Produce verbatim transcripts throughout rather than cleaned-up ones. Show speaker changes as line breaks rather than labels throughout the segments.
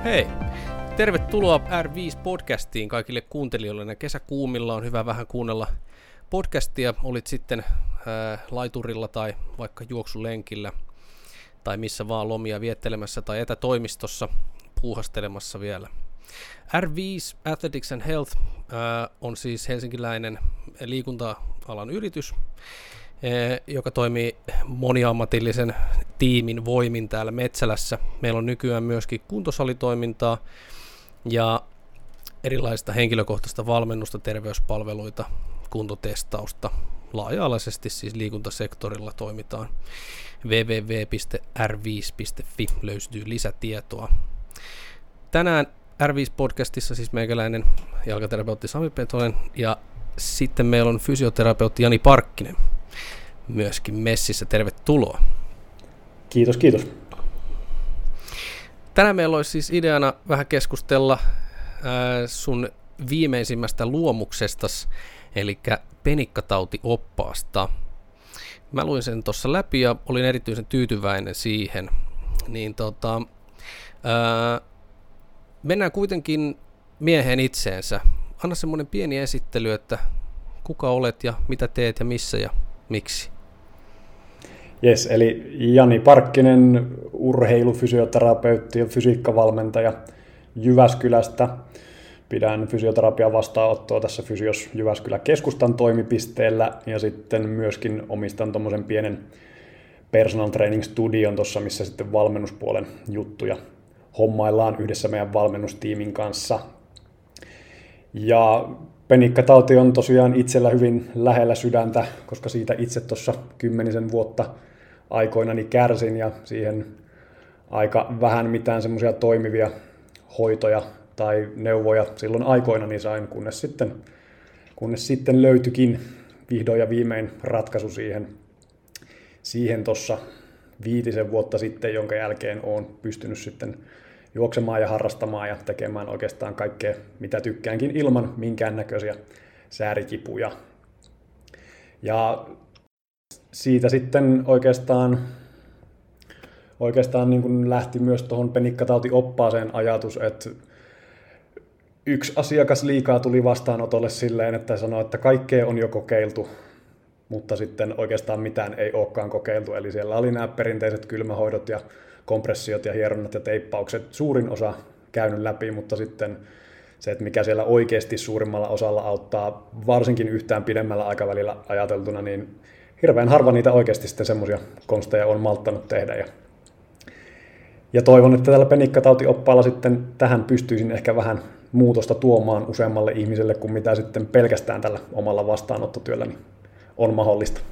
Hei! Tervetuloa R viisi podcastiin kaikille kuuntelijoille. Kesäkuumilla on hyvä vähän kuunnella podcastia, olit sitten ää, laiturilla tai vaikka juoksulenkillä tai missä vaan lomia viettelemässä tai etätoimistossa puuhastelemassa vielä. R viisi Athletics and Health ää, on siis helsinkiläinen liikunta-alan yritys, ää, joka toimii moniammatillisen tiimin voimin täällä Metsälässä. Meillä on nykyään myöskin kuntosalitoimintaa ja erilaista henkilökohtaista valmennusta, terveyspalveluita, kuntotestausta. Laaja-alaisesti siis liikuntasektorilla toimitaan. double-u double-u double-u piste r viisi piste f i löytyy lisätietoa. Tänään R viisi podcastissa siis meikäläinen jalkaterapeutti Sami Petonen ja sitten meillä on fysioterapeutti Jani Parkkinen myöskin messissä. Tervetuloa.
Kiitos, kiitos.
Tänään meillä olisi siis ideana vähän keskustella ää, sun viimeisimmästä luomuksestas, eli penikkatautioppaasta. Mä luin sen tuossa läpi ja olin erityisen tyytyväinen siihen. Niin tota, ää, mennään kuitenkin mieheen itseensä. Anna semmoinen pieni esittely, että kuka olet ja mitä teet ja missä ja miksi.
Jes, eli Jani Parkkinen, urheilufysioterapeutti ja fysiikkavalmentaja Jyväskylästä. Pidän fysioterapian vastaanottoa tässä Fysios Jyväskylän keskustan toimipisteellä ja sitten myöskin omistan tuommoisen pienen personal training studion tuossa, missä sitten valmennuspuolen juttuja hommaillaan yhdessä meidän valmennustiimin kanssa. Ja penikkatauti on tosiaan itsellä hyvin lähellä sydäntä, koska siitä itse tuossa kymmenisen vuotta aikoinani kärsin ja siihen aika vähän mitään semmoisia toimivia hoitoja tai neuvoja silloin aikoinani sain, kunnes sitten, kunnes sitten löytyikin vihdoin ja viimein ratkaisu siihen, siihen tuossa viitisen vuotta sitten, jonka jälkeen olen pystynyt sitten juoksemaan ja harrastamaan ja tekemään oikeastaan kaikkea, mitä tykkäänkin ilman minkäännäköisiä säärikipuja. Ja siitä sitten oikeastaan, oikeastaan niin kuin lähti myös tuohon penikkatautioppaaseen ajatus, että yksi asiakas liikaa tuli vastaanotolle silleen, että sanoi, että kaikkea on jo kokeiltu, mutta sitten oikeastaan mitään ei olekaan kokeiltu. Eli siellä oli nämä perinteiset kylmähoidot ja kompressiot ja hieronnat ja teippaukset suurin osa käynyt läpi, mutta sitten se, että mikä siellä oikeasti suurimmalla osalla auttaa, varsinkin yhtään pidemmällä aikavälillä ajateltuna, niin hirveän harva niitä oikeasti sitten semmoisia konsteja on malttanut tehdä. Ja, ja toivon, että tällä penikkatautioppaalla sitten tähän pystyisin ehkä vähän muutosta tuomaan useammalle ihmiselle kuin mitä sitten pelkästään tällä omalla vastaanottotyölläni on mahdollista.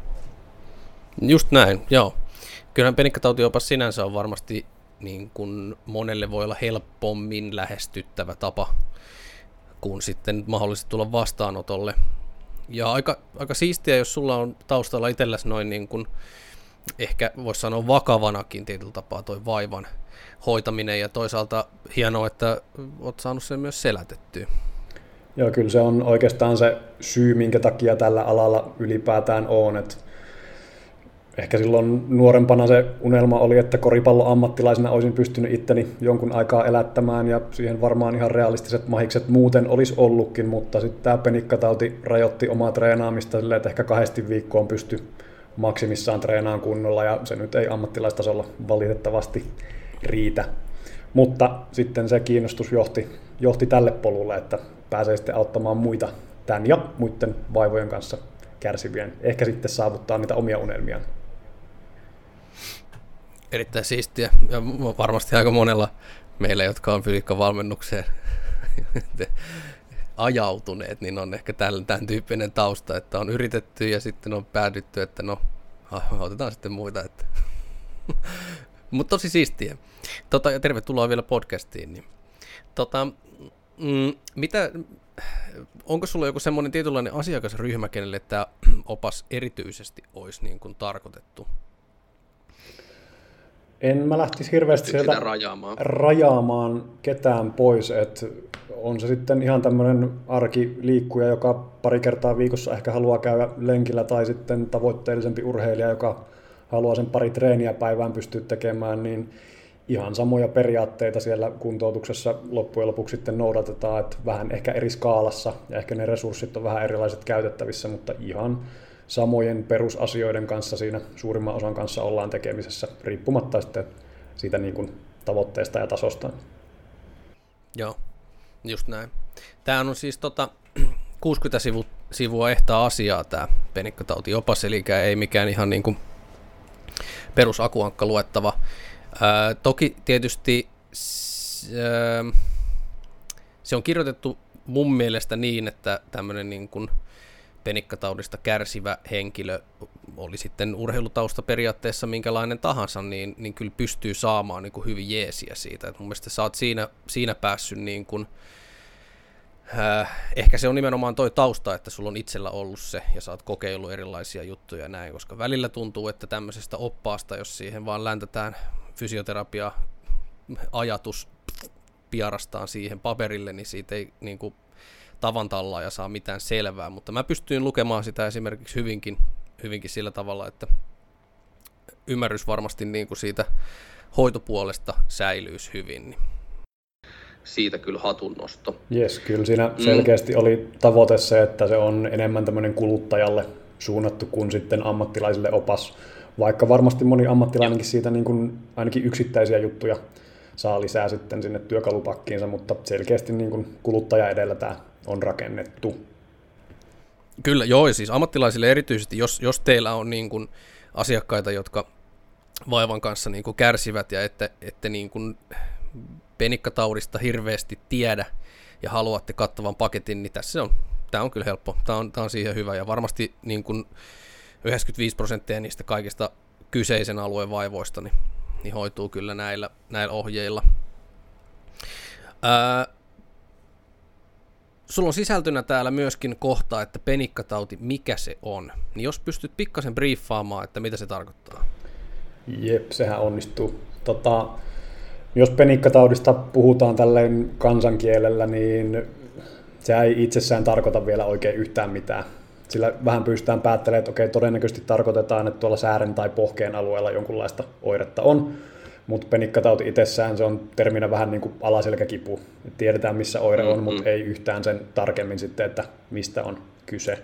Just näin, joo. Kyllähän penikkatautiopas sinänsä on varmasti niin kuin monelle voi olla helpommin lähestyttävä tapa kuin sitten mahdollisesti tulla vastaanotolle. Ja aika, aika siistiä, jos sulla on taustalla itselläsi noin niin kuin, ehkä voisi sanoa vakavanakin tietyllä tapaa toi vaivan hoitaminen ja toisaalta hienoa, että olet saanut sen myös selätettyä.
Joo, kyllä se on oikeastaan se syy, minkä takia tällä alalla ylipäätään on, että ehkä silloin nuorempana se unelma oli, että koripalloammattilaisena olisin pystynyt itteni jonkun aikaa elättämään ja siihen varmaan ihan realistiset mahikset muuten olisi ollutkin, mutta sitten tämä penikkatauti rajoitti omaa treenaamista silleen, että ehkä kahdesti viikkoon pysty maksimissaan treenaan kunnolla ja se nyt ei ammattilaistasolla valitettavasti riitä. Mutta sitten se kiinnostus johti, johti tälle polulle, että pääsee sitten auttamaan muita tämän ja muiden vaivojen kanssa kärsivien, ehkä sitten saavuttaa niitä omia unelmiaan.
Erittäin siistiä ja varmasti aika monella meillä, jotka on fysiikkavalmennukseen ajautuneet, niin on ehkä tämän, tämän tyyppinen tausta, että on yritetty ja sitten on päädytty, että no, otetaan sitten muita. Että mutta tosi siistiä. Tota, ja tervetuloa vielä podcastiin. Niin. Tota, mm, mitä, onko sulla joku semmoinen tietynlainen asiakasryhmä, kenelle tämä opas erityisesti olisi niin kuin tarkoitettu?
En mä lähtisi hirveästi sieltä
rajaamaan.
rajaamaan ketään pois, että on se sitten ihan tämmöinen arkiliikkuja, joka pari kertaa viikossa ehkä haluaa käydä lenkillä, tai sitten tavoitteellisempi urheilija, joka haluaa sen pari treeniä päivään pystyä tekemään, niin ihan samoja periaatteita siellä kuntoutuksessa loppujen lopuksi sitten noudatetaan, että vähän ehkä eri skaalassa ja ehkä ne resurssit on vähän erilaiset käytettävissä, mutta ihan samojen perusasioiden kanssa siinä suurimman osan kanssa ollaan tekemisessä, riippumatta sitten siitä niin kuin tavoitteesta ja tasosta.
Joo, just näin. Tämä on siis tota, kuusikymmentä sivu, sivua ehtaa asiaa tämä penikkatautiopas, eli ei mikään ihan niin kuin perusakuankka luettava. Ää, toki tietysti s, ää, se on kirjoitettu mun mielestä niin, että tämmöinen niin kuin penikkataudista kärsivä henkilö, oli sitten urheilutausta periaatteessa minkälainen tahansa, niin, niin kyllä pystyy saamaan niin kuin hyvin jeesiä siitä. Et mun mielestä sä oot siinä, siinä päässyt, niin kuin, äh, ehkä se on nimenomaan toi tausta, että sulla on itsellä ollut se, ja sä oot kokeillut erilaisia juttuja ja näin, koska välillä tuntuu, että tämmöisestä oppaasta, jos siihen vaan läntetään fysioterapia ajatus piarastaan siihen paperille, niin siitä ei niin kuin tavan tallaa ja saa mitään selvää, mutta mä pystyin lukemaan sitä esimerkiksi hyvinkin, hyvinkin sillä tavalla, että ymmärrys varmasti niin kuin siitä hoitopuolesta säilyisi hyvin. Niin siitä kyllä hatunnosto.
Jes, kyllä siinä selkeästi mm. oli tavoite se, että se on enemmän tämmöinen kuluttajalle suunnattu kuin sitten ammattilaisille opas, vaikka varmasti moni ammattilainenkin ja. siitä niin kuin ainakin yksittäisiä juttuja saa lisää sitten sinne työkalupakkiinsa, mutta selkeästi niin kuin kuluttaja edellä tämä on rakennettu.
Kyllä, joo, ja siis ammattilaisille erityisesti, jos, jos teillä on niin kuin asiakkaita, jotka vaivan kanssa niin kuin kärsivät ja ette, ette niin kuin penikkataudista hirveästi tiedä ja haluatte kattavan paketin, niin tässä on, tämä on kyllä helppo, tämä on, tämä on siihen hyvä, ja varmasti niin kuin yhdeksänkymmentäviisi prosenttia niistä kaikista kyseisen alueen vaivoista niin, niin hoituu kyllä näillä, näillä ohjeilla. Ää, Sulla on sisältönä täällä myöskin kohta, että penikkatauti, mikä se on. Niin jos pystyt pikkasen briefaamaan, että mitä se tarkoittaa.
Jep, sehän onnistuu. Tota, jos penikkataudista puhutaan tälleen kansankielellä, niin se ei itsessään tarkoita vielä oikein yhtään mitään. Sillä vähän pystytään päättelemään, että okei, todennäköisesti tarkoitetaan, että tuolla säären tai pohkeen alueella jonkunlaista oiretta on. Mutta penikkatauti itsessään se on terminä vähän niin kuin alaselkäkipu. Tiedetään missä oire on, mm-hmm. mutta ei yhtään sen tarkemmin sitten, että mistä on kyse.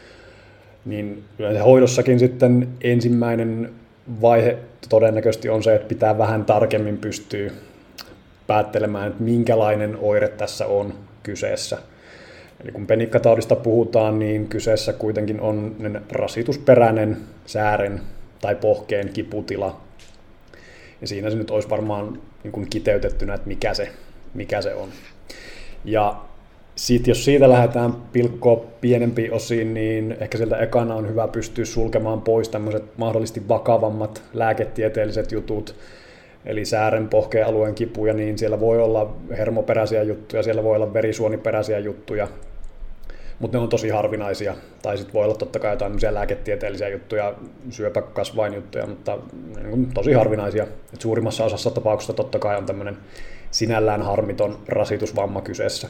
Niin yleensä hoidossakin sitten ensimmäinen vaihe todennäköisesti on se, että pitää vähän tarkemmin pystyä päättelemään, että minkälainen oire tässä on kyseessä. Eli kun penikkataudista puhutaan, niin kyseessä kuitenkin on rasitusperäinen säären tai pohkeen kiputila. Ja siinä se nyt olisi varmaan niin kuin kiteytettynä, että mikä se, mikä se on. Ja sitten jos siitä lähdetään pilkkoa pienempiin osiin, niin ehkä sieltä ekana on hyvä pystyä sulkemaan pois tämmöiset mahdollisesti vakavammat lääketieteelliset jutut. Eli säären pohkeen alueen kipuja, niin siellä voi olla hermoperäisiä juttuja, siellä voi olla verisuoniperäisiä juttuja, mutta ne on tosi harvinaisia. Tai sitten voi olla totta kai jotain lääketieteellisiä juttuja, syöpäkasvainjuttuja, mutta niin tosi harvinaisia. Et suurimmassa osassa tapauksista totta kai on tämmöinen sinällään harmiton rasitusvamma kyseessä.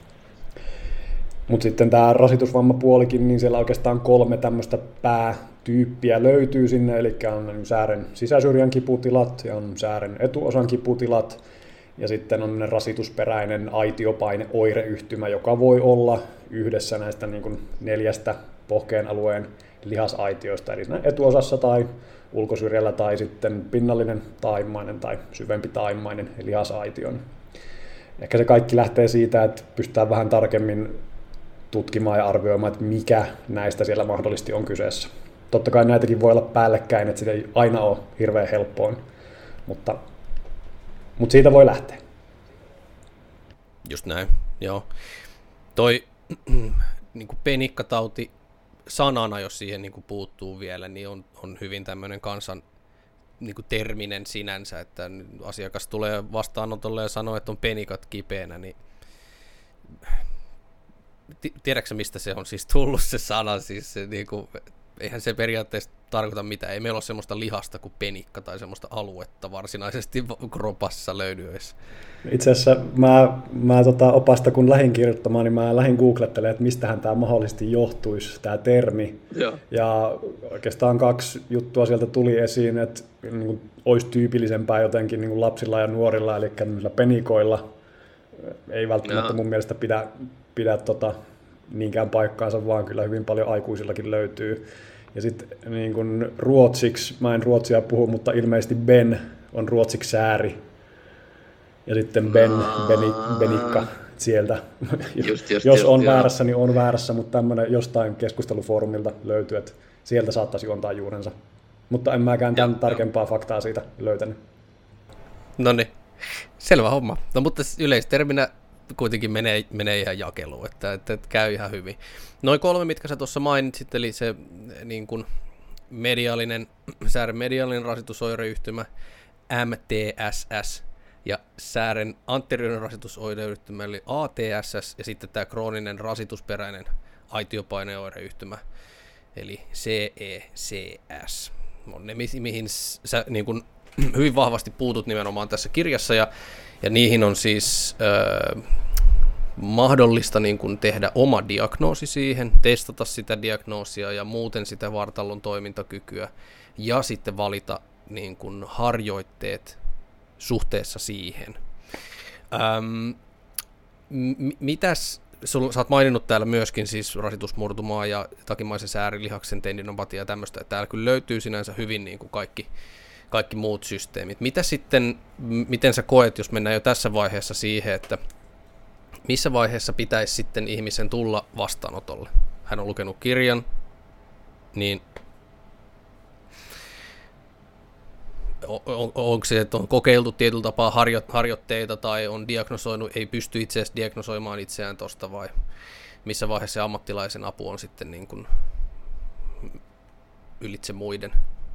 Mutta sitten tämä rasitusvammapuolikin, niin siellä oikeastaan kolme tämmöistä päätyyppiä löytyy sinne, eli on säären sisäsyrjän kiputilat ja on säären etuosan kiputilat, ja sitten on rasitusperäinen aitiopaine oireyhtymä, joka voi olla yhdessä näistä niin kuin neljästä pohkeen alueen lihasaitioista, eli etuosassa tai ulkosyrjällä tai sitten pinnallinen taimmainen tai syvempi taimmainen lihasaitio. Ehkä se kaikki lähtee siitä, että pystytään vähän tarkemmin tutkimaan ja arvioimaan, että mikä näistä siellä mahdollisesti on kyseessä. Totta kai näitäkin voi olla päällekkäin, että sitä ei aina ole hirveän helppoin, mutta, mutta siitä voi lähteä.
Just näin, joo. Toi niin kuin penikkatauti sanana, jos siihen niin kuin puuttuu vielä, niin on, on hyvin tämmöinen kansan niin kuin terminen sinänsä, että asiakas tulee vastaanotolle ja sanoo, että on penikat kipeänä, niin tiedätkö mistä se on siis tullut se sana, siis se, niin kuin, eihän se periaatteessa tarkoita mitään. Ei meillä ole semmoista lihasta kuin penikka tai semmoista aluetta varsinaisesti kropassa löydyissä.
Itse asiassa mä, mä tota opasta kun lähdin kirjoittamaan, niin mä lähdin googlettelemaan, että mistähän tämä mahdollisesti johtuisi, tämä termi.
Joo.
Ja oikeastaan kaksi juttua sieltä tuli esiin, että niin kuin, olisi tyypillisempää jotenkin niin kuin lapsilla ja nuorilla, eli penikoilla. Ei välttämättä mun mielestä pidä, pidä tota, niinkään paikkaansa, vaan kyllä hyvin paljon aikuisillakin löytyy. Ja sitten niin kuin ruotsiksi, mä en ruotsia puhu, mutta ilmeisesti Ben on ruotsiksi sääri. Ja sitten Ben, Beni, Benikka sieltä.
Just, just,
Jos
just,
on
joo.
väärässä, niin on väärässä, mutta tämmöinen jostain keskustelufoorumilta löytyy, että sieltä saattaisi juontaa juurensa. Mutta en mäkään tämän
Joo,
tarkempaa faktaa siitä löytänyt.
No niin, selvä homma. No mutta yleisterminä kuitenkin menee, menee ihan jakeluun, että, että, että käy ihan hyvin. Noin kolme, mitkä sä tuossa mainitsit, eli se niin kuin mediaalinen, säären mediaalinen rasitusoireyhtymä, M T S S, ja säären anteriorinen rasitusoireyhtymä, eli A T S S, ja sitten tämä krooninen rasitusperäinen aitiopaineoireyhtymä, eli C E C S. On ne, mihin sä niin kuin hyvin vahvasti puutut nimenomaan tässä kirjassa, ja, ja niihin on siis öö, mahdollista niin kuin tehdä oma diagnoosi siihen, testata sitä diagnoosia ja muuten sitä vartalon toimintakykyä, ja sitten valita niin kuin harjoitteet suhteessa siihen. Öm, m- mitäs, sul, sä oot maininnut täällä myöskin siis rasitusmurtumaa ja takimaisen säärilihaksen tendinopatia ja tämmöistä, että täällä kyllä löytyy sinänsä hyvin niin kuin kaikki, kaikki muut systeemit. Mitä sitten, m- miten sä koet, jos mennään jo tässä vaiheessa siihen, että missä vaiheessa pitäisi sitten ihmisen tulla vastaanotolle? Hän on lukenut kirjan, niin on, on, onko se, että on kokeiltu tietyllä tapaa harjo, harjoitteita tai on diagnosoinut, ei pysty itse asiassa diagnosoimaan itseään tuosta, vai missä vaiheessa se ammattilaisen apu on sitten niin kuin ylitse muiden?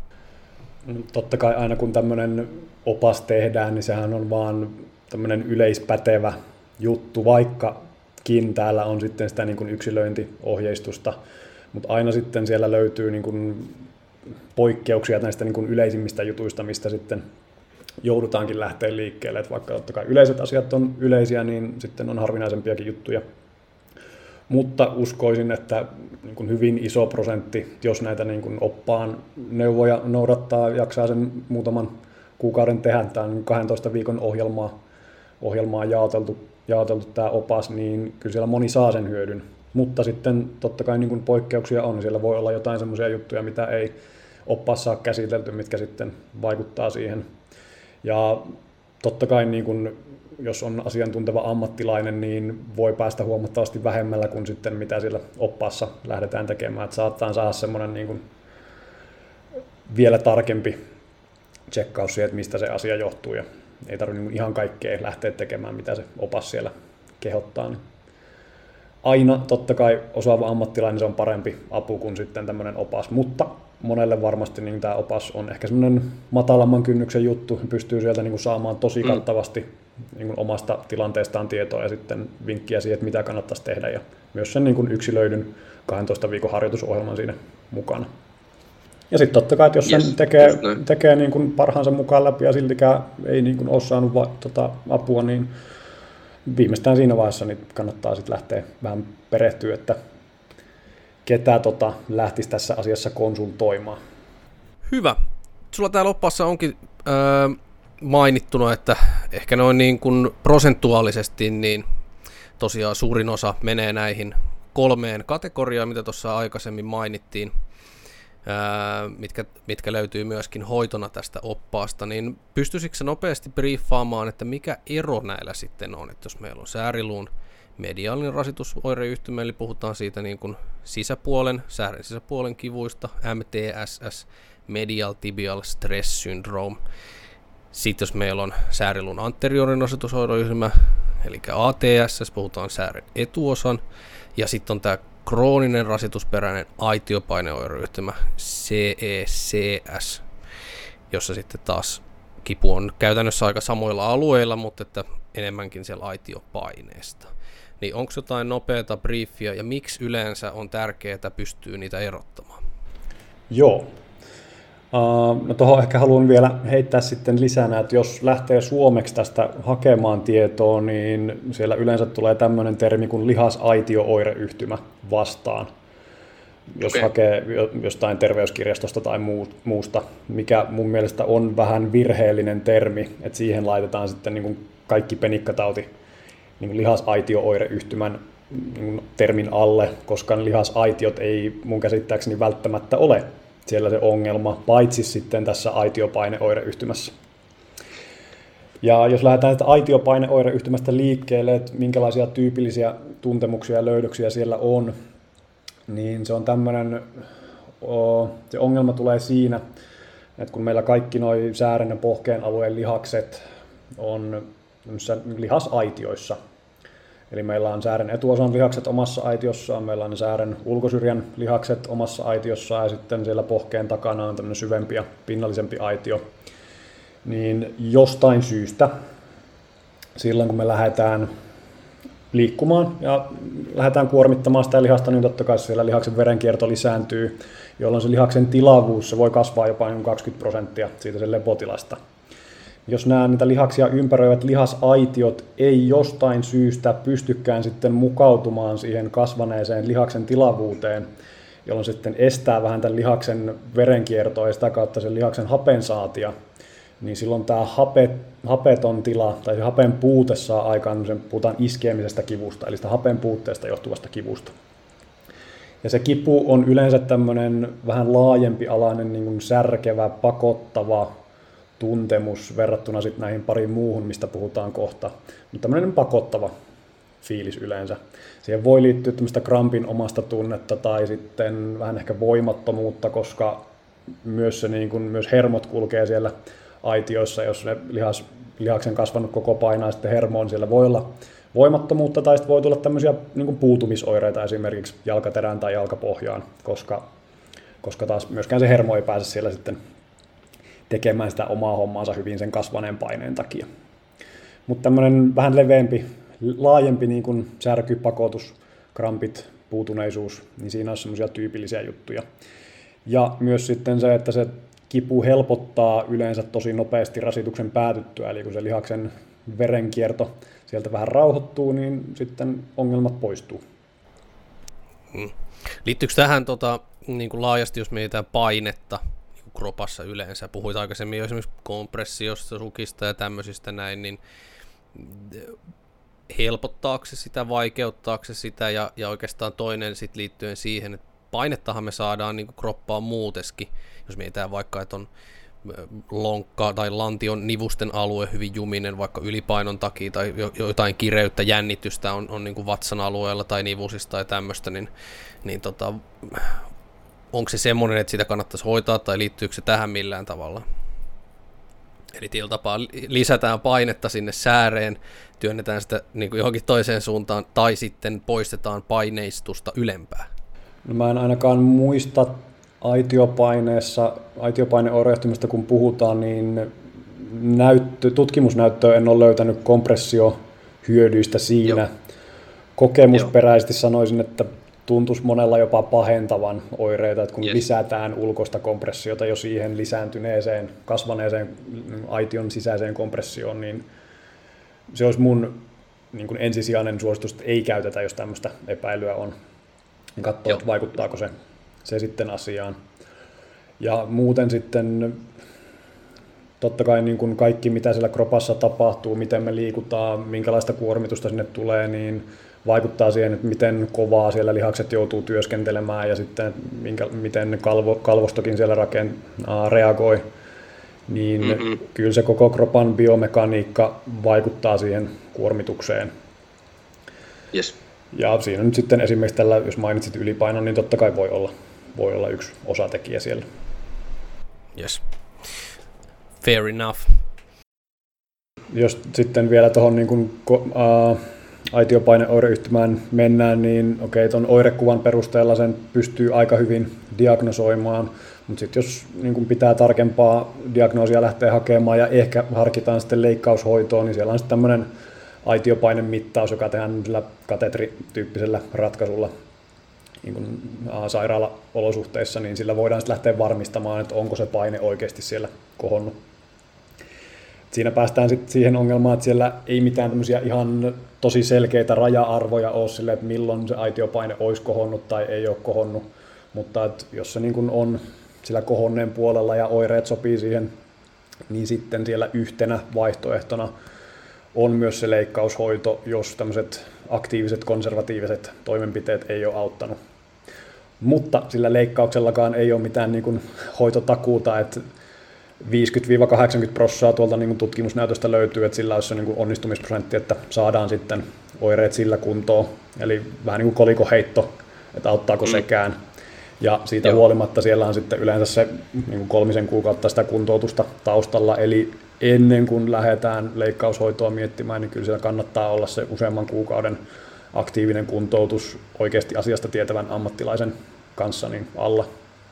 Totta kai aina kun tämmöinen opas tehdään, niin sehän on vaan tämmöinen yleispätevä juttu, vaikkakin täällä on sitten sitä niin kuin yksilöintiohjeistusta, mutta aina sitten siellä löytyy niin kuin poikkeuksia näistä niin kuin yleisimmistä jutuista, mistä sitten joudutaankin lähteä liikkeelle. Että vaikka totta kai yleiset asiat on yleisiä, niin sitten on harvinaisempiakin juttuja. Mutta uskoisin, että niin kuin hyvin iso prosentti, jos näitä niin kuin oppaan neuvoja noudattaa, jaksaa sen muutaman kuukauden tehdä, tämä on kahdentoista viikon ohjelmaa, ohjelmaa jaoteltu, jaoteltu tämä opas, niin kyllä siellä moni saa sen hyödyn. Mutta sitten totta kai niin kuin poikkeuksia on, siellä voi olla jotain semmoisia juttuja, mitä ei oppaassa saa käsitelty, mitkä sitten vaikuttaa siihen. Ja totta kai niin kuin, jos on asiantunteva ammattilainen, niin voi päästä huomattavasti vähemmällä kuin sitten mitä siellä oppaassa lähdetään tekemään. Että saattaa saada semmoinen niin kuin vielä tarkempi tsekkaus siihen, että mistä se asia johtuu. Ja ei tarvitse niin ihan kaikkea lähteä tekemään, mitä se opas siellä kehottaa. Niin aina totta kai osaava ammattilainen se on parempi apu kuin sitten tämmöinen opas, mutta monelle varmasti niin tämä opas on ehkä semmoinen matalamman kynnyksen juttu, pystyy sieltä niin kuin saamaan tosi kattavasti niin kuin omasta tilanteestaan tietoa ja sitten vinkkiä siihen, että mitä kannattaisi tehdä ja myös sen niin kuin yksilöidyn kahdentoista viikon harjoitusohjelman siinä mukana. Ja sitten totta kai, että jos
Yes,
sen tekee,
just näin.
tekee niin kuin parhaansa mukaan läpi ja siltikään ei niin kuin ole saanut va- tota, apua, niin viimeistään siinä vaiheessa niin kannattaa sitten lähteä vähän perehtyä, että ketä tota lähtisi tässä asiassa konsultoimaan.
Hyvä. Sulla täällä oppaassa onkin öö, mainittuna, että ehkä noin niin kuin prosentuaalisesti niin tosiaan suurin osa menee näihin kolmeen kategoriaan, mitä tuossa aikaisemmin mainittiin, öö, mitkä, mitkä löytyy myöskin hoitona tästä oppaasta, niin pystyisikö sä nopeasti briefaamaan, että mikä ero näillä sitten on, että jos meillä on sääriluun mediaalinen rasitusoireyhtymä, eli puhutaan siitä niin kuin sisäpuolen, säären sisäpuolen kivuista, M T S S, medial tibial stress syndrome. Sitten jos meillä on sääriluun anteriorinen rasitusoireyhtymä, eli A T S S, puhutaan säären etuosan, ja sitten on tämä krooninen rasitusperäinen aitiopaineoireyhtymä, C E C S, jossa sitten taas kipu on käytännössä aika samoilla alueilla, mutta että enemmänkin siellä aitiopaineesta. Niin onko jotain nopeata briefiä ja miksi yleensä on tärkeää pystyä niitä erottamaan?
Joo. No tuohon ehkä haluan vielä heittää sitten lisänä, että jos lähtee suomeksi tästä hakemaan tietoa, niin siellä yleensä tulee tämmöinen termi kuin lihasaitio-oireyhtymä vastaan, jos okay. hakee jostain terveyskirjastosta tai muusta, mikä mun mielestä on vähän virheellinen termi, että siihen laitetaan sitten niin kuin kaikki penikkatauti niin kuin lihasaitio-oireyhtymän niin kuin termin alle, koska lihasaitiot ei mun käsittääkseni välttämättä ole siellä se ongelma, paitsi sitten tässä aitiopaineoireyhtymässä. Ja jos lähdetään tästä aitiopaineoireyhtymästä liikkeelle, että minkälaisia tyypillisiä tuntemuksia ja löydöksiä siellä on, niin se on tämmöinen, se ongelma tulee siinä, että kun meillä kaikki nuo säären ja pohkeen alueen lihakset on lihasaitioissa, eli meillä on säären etuosan lihakset omassa aitiossaan, meillä on säären ulkosyrjän lihakset omassa aitiossaan ja sitten siellä pohkeen takana on tämmöinen syvempi ja pinnallisempi aitio. Niin jostain syystä silloin kun me lähdetään liikkumaan ja lähdetään kuormittamaan sitä lihasta, niin totta kai siellä lihaksen verenkierto lisääntyy, jolloin se lihaksen tilavuus se voi kasvaa jopa kaksikymmentä prosenttia siitä sen lepotilasta. Jos nämä niitä lihaksia ympäröivät lihasaitiot ei jostain syystä pystykään sitten mukautumaan siihen kasvaneeseen lihaksen tilavuuteen, jolloin sitten estää vähän tämän lihaksen verenkiertoa ja sitä kautta sen lihaksen hapensaatia, niin silloin tämä hape, hapeton tila tai se hapen puute saa aikaan, sen puhutaan iskemisestä kivusta, eli sitä hapen puutteesta johtuvasta kivusta. Ja se kipu on yleensä tämmöinen vähän laajempi alainen, niin kuin särkevä, pakottava tuntemus verrattuna sitten näihin pariin muuhun, mistä puhutaan kohta. Mutta tämmöinen pakottava fiilis yleensä. Siihen voi liittyä tämmöistä krampin omasta tunnetta tai sitten vähän ehkä voimattomuutta, koska myös, se niin kuin, myös hermot kulkee siellä aitioissa, jos ne lihas, lihaksen kasvanut koko painaa sitten hermoon, siellä voi olla voimattomuutta tai sitten voi tulla tämmöisiä niin kuin puutumisoireita esimerkiksi jalkaterään tai jalkapohjaan, koska, koska taas myöskään se hermo ei pääse siellä sitten tekemään sitä omaa hommaansa hyvin sen kasvaneen paineen takia. Mutta tämmöinen vähän leveämpi, laajempi niin kuin särky, pakotus, krampit, puutuneisuus, niin siinä on semmoisia tyypillisiä juttuja. Ja myös sitten se, että se kipu helpottaa yleensä tosi nopeasti rasituksen päätyttyä, eli kun se lihaksen verenkierto sieltä vähän rauhoittuu, niin sitten ongelmat poistuu.
Hmm. Liittyykö tähän tota, niin kuin laajasti, jos mietitään painetta niin kuin kropassa yleensä? Puhuit aikaisemmin jo esimerkiksi kompressiosta, sukista ja tämmöisistä näin, niin helpottaako se sitä, vaikeuttaako se sitä, ja, ja oikeastaan toinen sit liittyen siihen, että painettahan me saadaan niin kuin kroppaan muuteskin, jos mietitään vaikka, että on lonkka tai lantion nivusten alue hyvin juminen vaikka ylipainon takia tai jotain kireyttä, jännitystä on, on niin kuin vatsan alueella tai nivusista tai tämmöistä, niin, niin tota, onko se semmoinen, että sitä kannattaisi hoitaa tai liittyykö se tähän millään tavalla? Eli tällä tapaa lisätään painetta sinne sääreen, työnnetään sitä niin kuin johonkin toiseen suuntaan tai sitten poistetaan paineistusta ylempää.
No mä en ainakaan muista aitiopaineessa, aitiopaineoireyhtymistä kun puhutaan, niin näyttö, tutkimusnäyttöä en ole löytänyt kompressiohyödyistä siinä. Joo. Kokemusperäisesti Joo. sanoisin, että tuntuisi monella jopa pahentavan oireita, että kun yes. lisätään ulkoista kompressiota jo siihen lisääntyneeseen, kasvaneeseen aition sisäiseen kompressioon, niin se olisi mun niin kuin ensisijainen suositus, että ei käytetä, jos tämmöistä epäilyä on. Katsoa, että vaikuttaako se, se sitten asiaan. Ja muuten sitten totta kai niin kuin kaikki, mitä siellä kropassa tapahtuu, miten me liikutaan, minkälaista kuormitusta sinne tulee, niin vaikuttaa siihen, että miten kovaa siellä lihakset joutuu työskentelemään ja sitten minkä, miten kalvo, kalvostokin siellä raken, ää, reagoi. Niin mm-hmm. kyllä se koko kropan biomekaniikka vaikuttaa siihen kuormitukseen.
Yes.
Ja siinä nyt sitten esimerkiksi tällä, jos mainitsit ylipainon, niin totta kai voi olla, voi olla yksi osatekijä siellä.
Yes. Fair enough.
Jos sitten vielä tuohon niin kuin, uh, aitiopaineoireyhtymään mennään, niin okei, tuon oirekuvan perusteella sen pystyy aika hyvin diagnosoimaan, mutta sitten jos niin kuin pitää tarkempaa diagnoosia lähteä hakemaan ja ehkä harkitaan sitten leikkaushoitoa, niin siellä on sitten tämmöinen aitiopainemmittaus, joka tehdään sillä katetrityyppisellä ratkaisulla, niin kuin sairaala-olosuhteissa, niin sillä voidaan sitten lähteä varmistamaan, että onko se paine oikeasti siellä kohonnut. Siinä päästään sitten siihen ongelmaan, että siellä ei mitään tämmöisiä ihan tosi selkeitä raja-arvoja ole sille, että milloin se aitiopaine olisi kohonnut tai ei ole kohonnut, mutta että jos se niin kuin on sillä kohonneen puolella ja oireet sopii siihen, niin sitten siellä yhtenä vaihtoehtona on myös se leikkaushoito, jos tämmöiset aktiiviset konservatiiviset toimenpiteet ei ole auttanut. Mutta sillä leikkauksellakaan ei ole mitään niin kuin hoitotakuuta, että viisikymmentä kahdeksankymmentä prosenttia tuolta niin kuin tutkimusnäytöstä löytyy, että sillä olisi se niin kuin onnistumisprosentti, että saadaan sitten oireet sillä kuntoon. Eli vähän niin kuin kolikoheitto, että auttaako mm. sekään. Ja siitä Joo. huolimatta siellä on sitten yleensä se niin kuin kolmisen kuukautta sitä kuntoutusta taustalla, eli ennen kuin lähdetään leikkaushoitoa miettimään, niin kyllä siellä kannattaa olla se useamman kuukauden aktiivinen kuntoutus oikeasti asiasta tietävän ammattilaisen kanssa niin alla.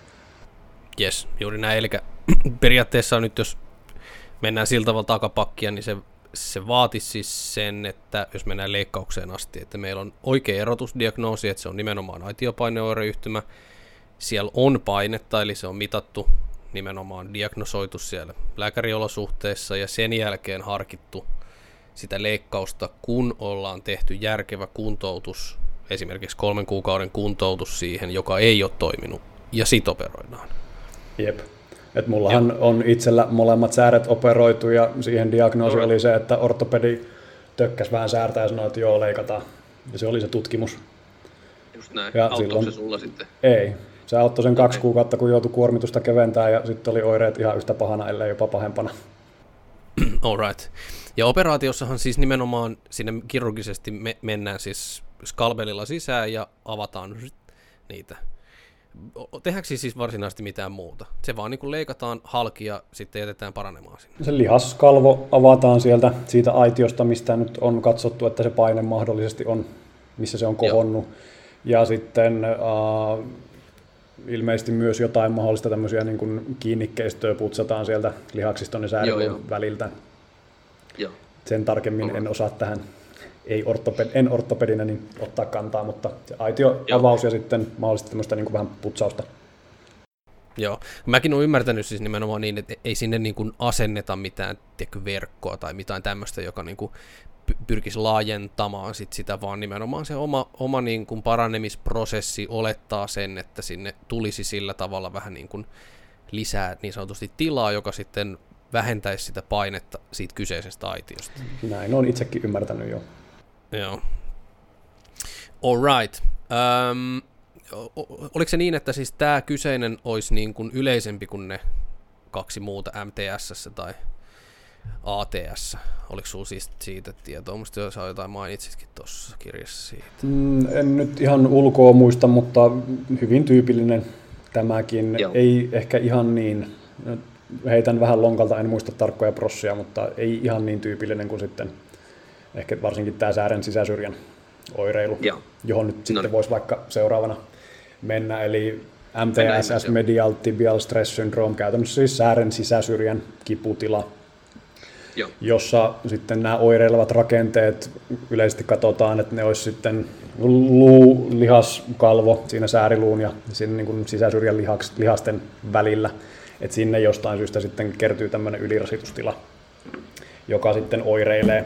Jes, juuri näin. Eli periaatteessa nyt jos mennään sillä tavalla takapakkia, niin se, se vaatisi siis sen, että jos mennään leikkaukseen asti, että meillä on oikea erotusdiagnoosi, että se on nimenomaan aitiopaineoireyhtymä, siellä on painetta, eli se on mitattu, nimenomaan diagnosoitu siellä lääkäriolosuhteissa ja sen jälkeen harkittu sitä leikkausta, kun ollaan tehty järkevä kuntoutus, esimerkiksi kolmen kuukauden kuntoutus siihen, joka ei ole toiminut, ja sit operoidaan.
Jep. Et mullahan Jep. on itsellä molemmat sääret operoitu, ja siihen diagnoosi no. oli se, että ortopedi tökkäsi vähän säärtä ja sanoi, että joo, leikataan. Ja se oli se tutkimus.
Just näin.
Ja
Auttoiko
silloin...
se sulla sitten?
Ei. Se auttoi sen kaksi
okay.
kuukautta, kun joutui kuormitusta keventämään, ja sitten oli oireet ihan yhtä pahana, ellei jopa pahempana.
All right. Ja operaatiossahan siis nimenomaan sinne kirurgisesti me- mennään siis skalpelilla sisään ja avataan niitä. Tehdäänkö siis varsinaisesti mitään muuta? Se vaan niin kuin leikataan halki ja sitten jätetään paranemaan sinne. Se
lihaskalvo avataan sieltä siitä aitiosta, mistä nyt on katsottu, että se paine mahdollisesti on, missä se on kohonnut. Joo. Ja sitten äh, ilmeisesti myös jotain mahdollista tämmöisiä niin kuin kiinnikkeistöä putsataan sieltä lihaksiston ja sääriluun väliltä.
Joo.
Sen tarkemmin en osaa tähän, ei ortoped, en ortopedinä, niin ottaa kantaa, mutta se aitioavaus ja sitten mahdollisesti tämmöistä niin kuin vähän putsausta.
Joo. Mäkin olen ymmärtänyt siis nimenomaan niin, että ei sinne niin kuin asenneta mitään tiedätkö, verkkoa tai mitään tämmöistä, joka niin kuin pyrkisi laajentamaan sit sitä, vaan nimenomaan se oma, oma niin kuin paranemisprosessi olettaa sen, että sinne tulisi sillä tavalla vähän niin kuin lisää niin sanotusti tilaa, joka sitten vähentäisi sitä painetta siitä kyseisestä aitiosta.
Näin olen itsekin ymmärtänyt jo.
Joo. All right. Um, oliko se niin, että siis tämä kyseinen olisi niin kuin yleisempi kuin ne kaksi muuta M T S tai A T S? Oliko sinulla siis siitä tietoa? Musta jos jotain mainitsitkin tuossa kirjassa siitä.
Mm, en nyt ihan ulkoa muista, mutta hyvin tyypillinen tämäkin. Joo. Ei ehkä ihan niin, heitän vähän lonkalta, en muista tarkkoja prossia, mutta ei ihan niin tyypillinen kuin sitten ehkä varsinkin tämä säären sisäsyrjän oireilu, Joo. johon nyt sitten no. voisi vaikka seuraavana mennä. Eli M T S, Medial Tibial Stress Syndrome, käytännössä siis säären sisäsyrjän kiputila, Joo. jossa sitten nämä oireilevat rakenteet yleisesti katsotaan, että ne olisi sitten luu, lihas, kalvo siinä sääriluun ja siinä niin kuin sisäsyrjän lihaks, lihasten välillä, että sinne jostain syystä sitten kertyy tämmöinen ylirasitustila, joka sitten oireilee.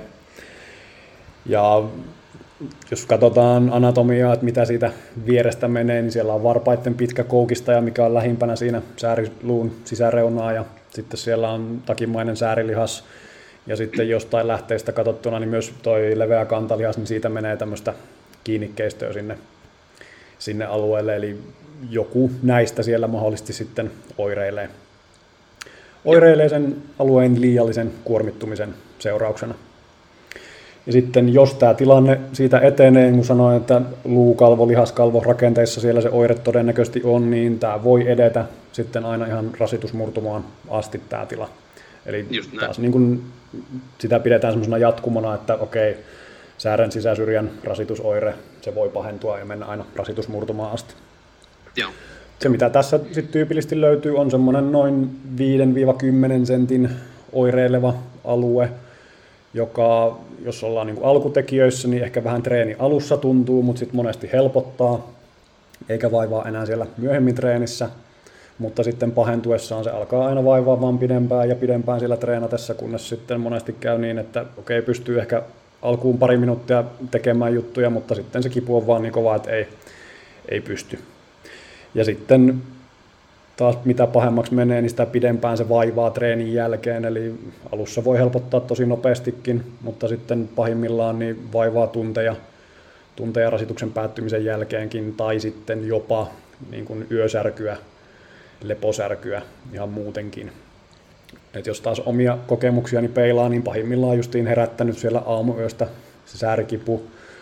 Ja jos katsotaan anatomiaa, että mitä siitä vierestä menee, niin siellä on varpaiden pitkä koukistaja, mikä on lähimpänä siinä sääriluun sisäreunaa, ja sitten siellä on takimainen säärilihas, ja sitten jostain lähteestä katsottuna, niin myös toi leveä kantalihas, niin siitä menee tämmöistä kiinnikkeistöä sinne, sinne alueelle, eli joku näistä siellä mahdollisesti sitten oireilee. Oireilee sen alueen liiallisen kuormittumisen seurauksena. Ja sitten jos tämä tilanne siitä etenee, niin kuin sanoin, että luukalvo, lihaskalvo rakenteissa siellä se oire todennäköisesti on, niin tämä voi edetä sitten aina ihan rasitusmurtumaan asti tämä tila. Eli taas niin kuin sitä pidetään semmoisena jatkumona, että okei, säären sisäsyrjän rasitusoire, se voi pahentua ja mennä aina rasitusmurtumaan asti.
Joo.
Se mitä tässä sitten tyypillisesti löytyy on semmoinen noin viidestä kymmeneen sentin oireileva alue, joka, jos ollaan niin kuin alkutekijöissä, niin ehkä vähän treeni alussa tuntuu, mutta sitten monesti helpottaa. eikä vaivaa enää siellä myöhemmin treenissä, mutta sitten pahentuessaan se alkaa aina vaivaa vaan pidempään ja pidempään siellä treenatessa, kunnes sitten monesti käy niin, että okei, pystyy ehkä alkuun pari minuuttia tekemään juttuja, mutta sitten se kipu on vaan niin kova, että ei, ei pysty. Ja sitten taas mitä pahemmaksi menee, niin sitä pidempään se vaivaa treenin jälkeen, eli alussa voi helpottaa tosi nopeastikin, mutta sitten pahimmillaan niin vaivaa tunteja, tunteja rasituksen päättymisen jälkeenkin, tai sitten jopa niin kuin yösärkyä, leposärkyä ihan muutenkin. Et jos taas omia kokemuksiani peilaa, niin pahimmillaan justiin herättänyt siellä aamuyöstä se säärikipu.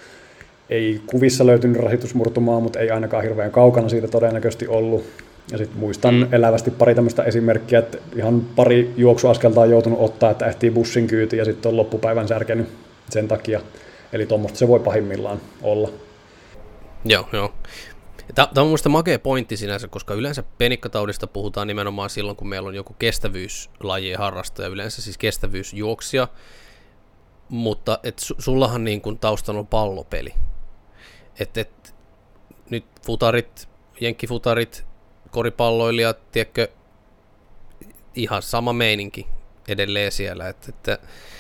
Ei kuvissa löytynyt rasitusmurtumaa, mutta ei ainakaan hirveän kaukana siitä todennäköisesti ollut. Ja sitten muistan elävästi pari tämmöistä esimerkkiä, että ihan pari juoksuaskelta on joutunut ottaa, että ehtii bussin kyytiin ja sitten on loppupäivän särkenyt sen takia. Eli tuommoista se voi pahimmillaan olla.
Joo, joo. Tämä on minusta makea pointti sinänsä, koska yleensä penikkataudista puhutaan nimenomaan silloin, kun meillä on joku kestävyyslajien harrastaja, yleensä siis kestävyysjuoksija, mutta et su- sullahan niin kuin taustalla on pallopeli. Et, et, nyt futarit, jenkkifutarit, koripalloilijat, tiedätkö, ihan sama meininki edelleen siellä, että, että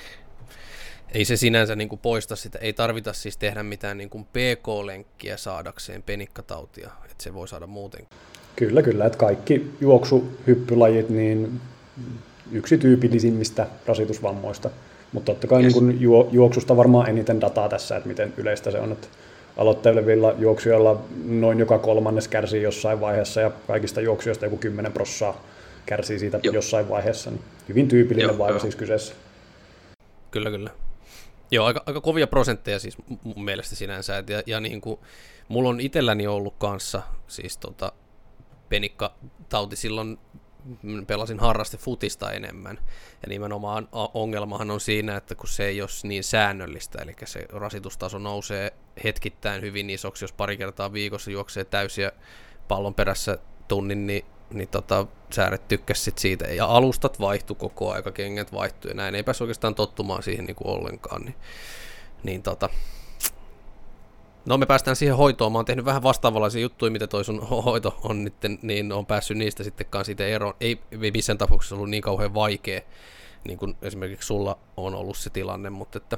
ei se sinänsä niin kuin poista sitä, ei tarvita siis tehdä mitään niin kuin P K-lenkkiä saadakseen penikkatautia, että se voi saada muuten.
Kyllä, kyllä, että kaikki juoksuhyppylajit, niin yksi tyypillisimmistä rasitusvammoista, mutta totta kai yes. niin kuin juoksusta varmaan eniten dataa tässä, että miten yleistä se on, että aloittelevilla juoksijoilla noin joka kolmannes kärsii jossain vaiheessa ja kaikista juoksijoista joku kymmenen prosenttia kärsii siitä Joo. jossain vaiheessa, niin hyvin tyypillinen Joo, vaiva jo. siis kyseessä.
Kyllä, kyllä. Joo, aika, aika kovia prosentteja siis mun mielestä sinänsä, ja, ja niin kuin, mulla on itselläni ollut kanssa siis tota, penikkatauti silloin, pelasin harrastefutista enemmän, ja nimenomaan ongelmahan on siinä, että kun se ei ole niin säännöllistä, eli se rasitustaso nousee hetkittäin hyvin isoksi, jos pari kertaa viikossa juoksee täysiä pallon perässä tunnin, niin niin tota, sääret tykkäs sit siitä, ja alustat vaihtui koko aika, kengät vaihtui, ja näin ei päässyt oikeastaan tottumaan siihen niin kuin ollenkaan, niin, niin tota, no me päästään siihen hoitoon, mä oon tehnyt vähän vastaavanlaisia juttuja, mitä toi sun hoito on nyt, niin on päässyt niistä sittenkaan siitä eroon, ei missään tapauksessa ollut niin kauhean vaikea, niin kuin esimerkiksi sulla on ollut se tilanne, mutta että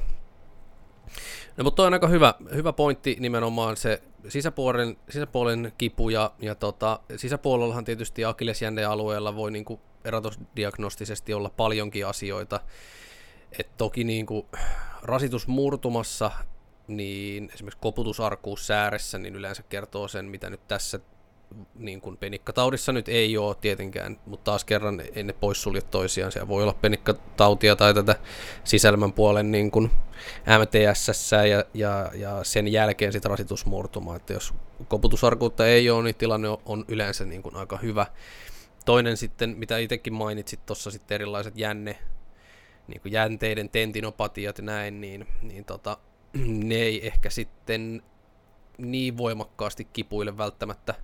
no, mutta toi on aika hyvä, hyvä pointti nimenomaan se sisäpuolen, sisäpuolen kipu ja, ja tota, sisäpuolellahan tietysti akillesjännealueella voi niinku eratosdiagnostisesti olla paljonkin asioita. Et toki niinku rasitusmurtumassa, niin esimerkiksi koputusarkuus sääressä, niin yleensä kertoo sen, mitä nyt tässä niin kuin penikkataudissa nyt ei ole tietenkään, mutta taas kerran ei ne poissulje toisiaan. Siellä voi olla penikkatautia tai tätä sisälmän puolen niin kuin M T S ja, ja, ja sen jälkeen sitten rasitusmurtuma. Että jos koputusarkuutta ei ole, niin tilanne on yleensä niin kuin aika hyvä. Toinen sitten, mitä itsekin mainitsit tuossa sitten erilaiset jänne, niin kuin jänteiden tentinopatiat ja näin, niin, niin tota, ne ei ehkä sitten niin voimakkaasti kipuille välttämättä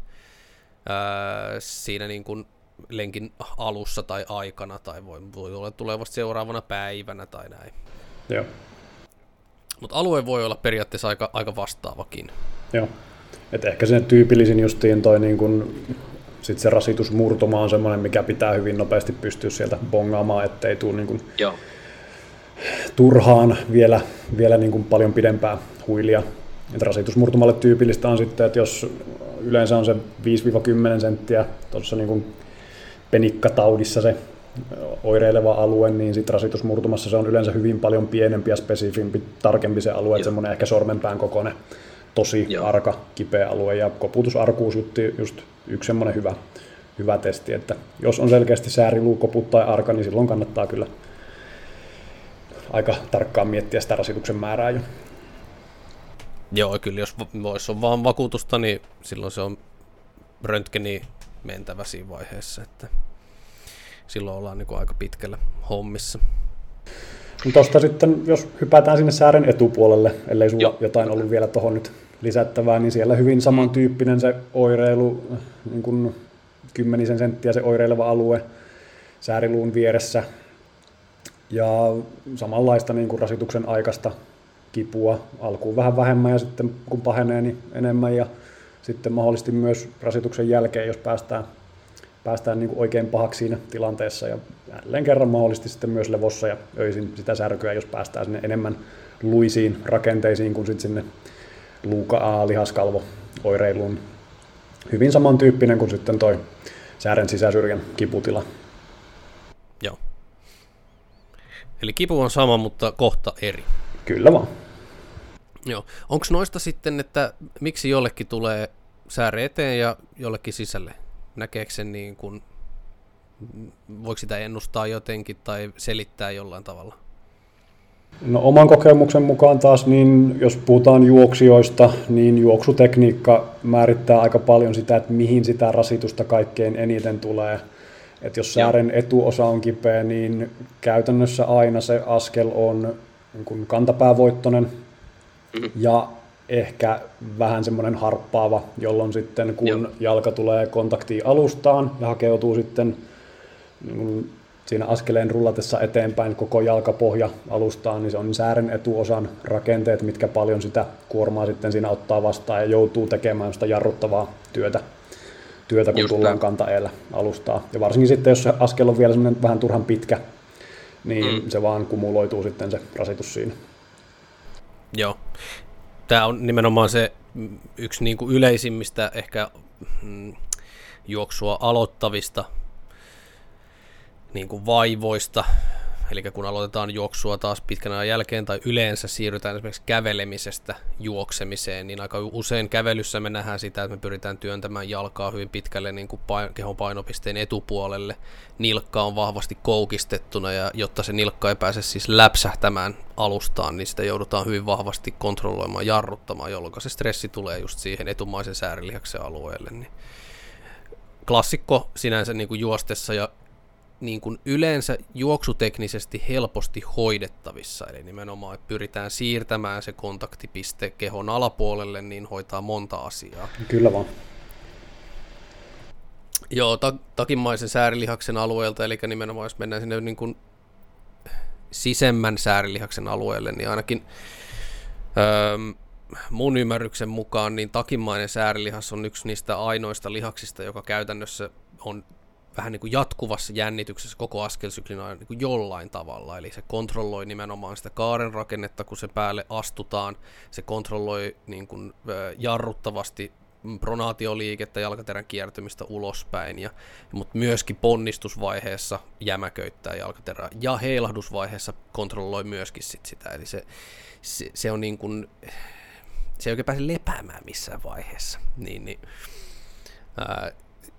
Öö, siinä niin kuin lenkin alussa tai aikana, tai voi, voi olla tulevasta seuraavana päivänä tai näin.
Joo.
Mutta alue voi olla periaatteessa aika, aika vastaavakin.
Joo. Et ehkä sen tyypillisin justiin toi niin kun, sit se rasitusmurtuma on semmoinen, mikä pitää hyvin nopeasti pystyä sieltä bongaamaan, ettei tule niin kun
Joo.
turhaan vielä, vielä niin kun paljon pidempää huilia. Et rasitusmurtumalle tyypillistä on sitten, että jos yleensä on se viisi kymmenen senttiä tuossa niin kuin penikkataudissa se oireileva alue, niin sitten rasitusmurtumassa se on yleensä hyvin paljon pienempi ja spesifimpi, tarkempi se alue, että semmoinen ehkä sormenpään kokoinen, tosi Joo. arka, kipeä alue, ja koputusarkuus just yksi semmoinen hyvä, hyvä testi, että jos on selkeästi sääriluu, koput tai arka, niin silloin kannattaa kyllä aika tarkkaan miettiä sitä rasituksen määrää jo.
Joo, kyllä jos voisi on vaan vakuutusta, niin silloin se on röntgeniin mentävä siinä vaiheessa, että silloin ollaan niin kuin aika pitkällä hommissa.
Tuosta sitten, jos hypätään sinne säären etupuolelle, ellei sulla Joo. jotain ollut vielä tuohon nyt lisättävää, niin siellä hyvin samantyyppinen se oireilu, niin kuin kymmenisen senttiä se oireileva alue sääriluun vieressä, ja samanlaista niin kuin rasituksen aikaista kipua, alkuun vähän vähemmän ja sitten kun pahenee, niin enemmän, ja sitten mahdollisesti myös rasituksen jälkeen, jos päästään, päästään niin kuin oikein pahaksi siinä tilanteessa. Ja jälleen kerran mahdollisesti sitten myös levossa ja öisin sitä särkyä, jos päästään sinne enemmän luisiin rakenteisiin kuin sitten sinne luuka lihaskalvo-oireiluun. Hyvin samantyyppinen kuin sitten toi säären sisäsyrjän kiputila.
Joo. Eli kipu on sama, mutta kohta eri.
Kyllä vaan.
Joo. Onko noista sitten, että miksi jollekin tulee sääre eteen ja jollekin sisälle? Näkeekö sen niin kuin, voiko sitä ennustaa jotenkin tai selittää jollain tavalla?
No oman kokemuksen mukaan taas, niin jos puhutaan juoksijoista, niin juoksutekniikka määrittää aika paljon sitä, että mihin sitä rasitusta kaikkein eniten tulee. Että jos säären etuosa on kipeä, niin käytännössä aina se askel on niin kuin kantapäävoittoinen mm-hmm. ja ehkä vähän semmoinen harppaava, jolloin sitten kun Joo. jalka tulee kontaktiin alustaan ja hakeutuu sitten niin kuin siinä askeleen rullatessa eteenpäin koko jalkapohja alustaan, niin se on säären etuosan rakenteet, mitkä paljon sitä kuormaa sitten siinä ottaa vastaan ja joutuu tekemään sitä jarruttavaa työtä, työtä kun Just tullaan kantaeellä alustaa. Ja varsinkin sitten, jos se askel on vielä semmoinen vähän turhan pitkä, niin mm. se vaan kumuloituu sitten se rasitus siinä.
Joo. Tämä on nimenomaan se yksi niin kuin yleisimmistä ehkä mm, juoksua aloittavista niin kuin vaivoista, eli kun aloitetaan juoksua taas pitkän ajan jälkeen tai yleensä siirrytään esimerkiksi kävelemisestä juoksemiseen, niin aika usein kävelyssä me nähdään sitä, että me pyritään työntämään jalkaa hyvin pitkälle niin kuin pain- kehon painopisteen etupuolelle. Nilkka on vahvasti koukistettuna ja jotta se nilkka ei pääse siis läpsähtämään alustaan, niin sitä joudutaan hyvin vahvasti kontrolloimaan, jarruttamaan, jolloin se stressi tulee just siihen etumaisen säärilihaksen alueelle. Niin klassikko sinänsä niin kuin juostessa ja niin kuin yleensä juoksuteknisesti helposti hoidettavissa, eli nimenomaan, että pyritään siirtämään se kontaktipiste kehon alapuolelle, niin hoitaa monta asiaa.
Kyllä vaan.
Joo, ta- takinmaisen säärilihaksen alueelta, eli nimenomaan jos mennään sinne niin kuin sisemmän säärilihaksen alueelle, niin ainakin öö, mun ymmärryksen mukaan niin takinmainen säärilihas on yksi niistä ainoista lihaksista, joka käytännössä on vähän niin kuin jatkuvassa jännityksessä koko askelsyklin ajan niin kuin jollain tavalla, eli se kontrolloi nimenomaan sitä kaaren rakennetta, kun se päälle astutaan, se kontrolloi niin kuin jarruttavasti pronaatioliikettä, jalkaterän kiertymistä ulospäin, ja, mutta myöskin ponnistusvaiheessa jämäköittää jalkaterää, ja heilahdusvaiheessa kontrolloi myöskin sit sitä, eli se, se, se on niin kuin, se ei oikein pääse lepäämään missään vaiheessa, niin, niin ää,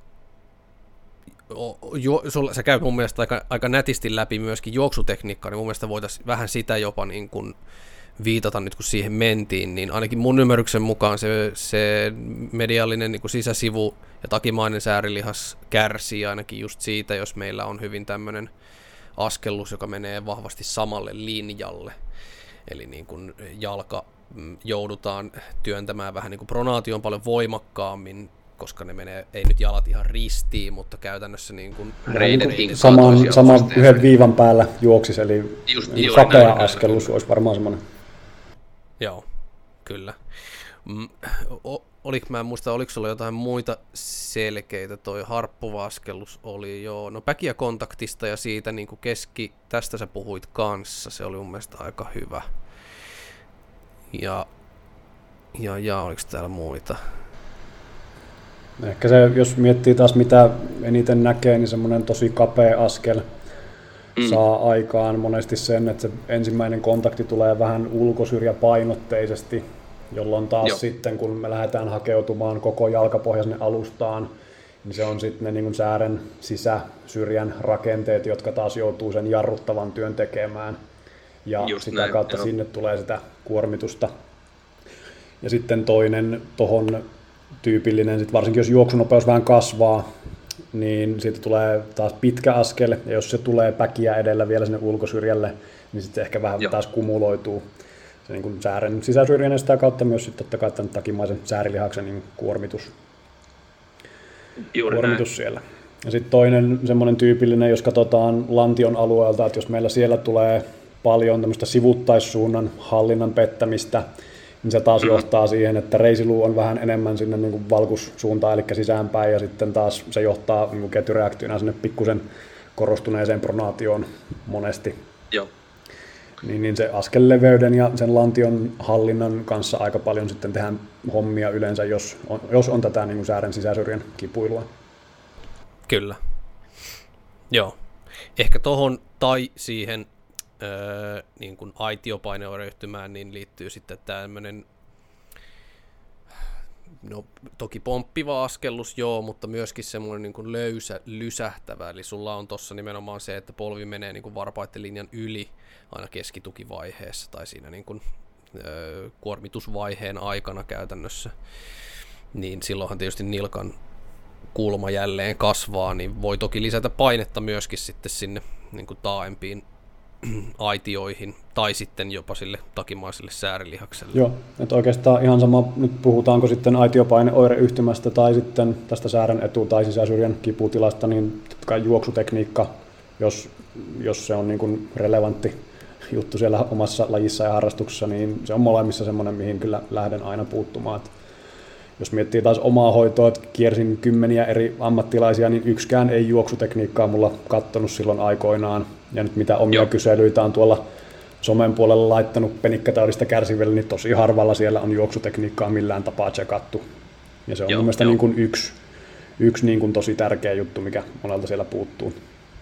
Jo, sulla, sä käyt mun mielestä aika, aika nätisti läpi myöskin juoksutekniikkaa, niin mun mielestä voitaisiin vähän sitä jopa niin kuin viitata nyt kun siihen mentiin, niin ainakin mun ymmärryksen mukaan se, se mediallinen niin kuin sisäsivu ja takimainen säärilihas kärsii ainakin just siitä, jos meillä on hyvin tämmöinen askellus, joka menee vahvasti samalle linjalle, eli niin kuin jalka joudutaan työntämään vähän niin kuin pronaation paljon voimakkaammin, koska ne menee, ei nyt jalat ihan ristiin, mutta käytännössä niin kuin
niin saman, saman yhden viivan päällä juoksis, eli just, niin kapea näin, askelus näin. Olisi varmaan semmoinen.
Joo, kyllä. O, oliko, mä en muista, oliko sulla jotain muita selkeitä, toi harppuva askellus oli jo, no päkiä kontaktista ja siitä niin kuin keski, tästä sä puhuit kanssa, se oli mun mielestä aika hyvä. Ja, ja, ja oliko täällä muita?
Ehkä se, jos miettii taas mitä eniten näkee, niin semmoinen tosi kapea askel mm. saa aikaan monesti sen, että se ensimmäinen kontakti tulee vähän ulkosyrjäpainotteisesti, jolloin taas Joo. sitten kun me lähdetään hakeutumaan koko jalkapohja sinne alustaan, niin se on sitten ne niin kuin säären sisäsyrjän rakenteet, jotka taas joutuu sen jarruttavan työn tekemään ja Just sitä näin, kautta jo. Sinne tulee sitä kuormitusta. Ja sitten toinen tohon tyypillinen, sit varsinkin jos juoksunopeus vähän kasvaa, niin siitä tulee taas pitkä askel, ja jos se tulee päkiä edellä vielä sinne ulkosyrjälle, niin sitten ehkä vähän Joo. taas kumuloituu se niin kuin säären sisäsyrjän ja sitä kautta myös sitten totta kai tämän takimaisen säärilihaksen niin kuormitus, kuormitus siellä. Ja sitten toinen semmoinen tyypillinen, jos katsotaan lantion alueelta, että jos meillä siellä tulee paljon tämmöistä sivuttaissuunnan hallinnan pettämistä, niin se taas johtaa siihen, että reisiluu on vähän enemmän sinne niin kuin valkussuuntaan, eli sisäänpäin, ja sitten taas se johtaa niin kuin ketjureaktiona sinne pikkusen korostuneeseen pronaatioon monesti.
Joo.
Niin, niin se askelleveyden ja sen lantion hallinnan kanssa aika paljon sitten tehdään hommia yleensä, jos on, jos on tätä niin kuin säären sisäsyrjän kipuilua.
Kyllä. Joo. Ehkä tohon tai siihen öö, niin kuin aitiopaineoireyhtymään niin liittyy sitten tämmöinen, no toki pomppiva askellus, joo, mutta myöskin semmoinen niin kuin löysä, lysähtävä, eli sulla on tossa nimenomaan se, että polvi menee niin kuin varpaiden linjan yli aina keskitukivaiheessa tai siinä niin kuin, öö, kuormitusvaiheen aikana käytännössä, niin silloinhan tietysti nilkan kulma jälleen kasvaa, niin voi toki lisätä painetta myöskin sitten sinne niin kuin taaempiin aitioihin tai sitten jopa sille takimaiselle säärilihakselle.
Joo, että oikeastaan ihan sama, nyt puhutaanko sitten aitiopaineoireyhtymästä tai sitten tästä säären etu- tai sisäsyrjän kiputilasta, niin totta kai juoksutekniikka, jos, jos se on niin kuin relevantti juttu siellä omassa lajissa ja harrastuksessa, niin se on molemmissa semmoinen, mihin kyllä lähden aina puuttumaan. Että jos miettii taas omaa hoitoa, että kiersin kymmeniä eri ammattilaisia, niin yksikään ei juoksutekniikkaa mulla kattonut silloin aikoinaan. Ja nyt mitä omia Joo. kyselyitä on tuolla somen puolella laittanut penikkataudista kärsiville, niin tosi harvalla siellä on juoksutekniikkaa millään tapaa tsekattu. Ja se on Joo, mun mielestä niin kuin yksi, yksi niin kuin tosi tärkeä juttu, mikä monelta siellä puuttuu.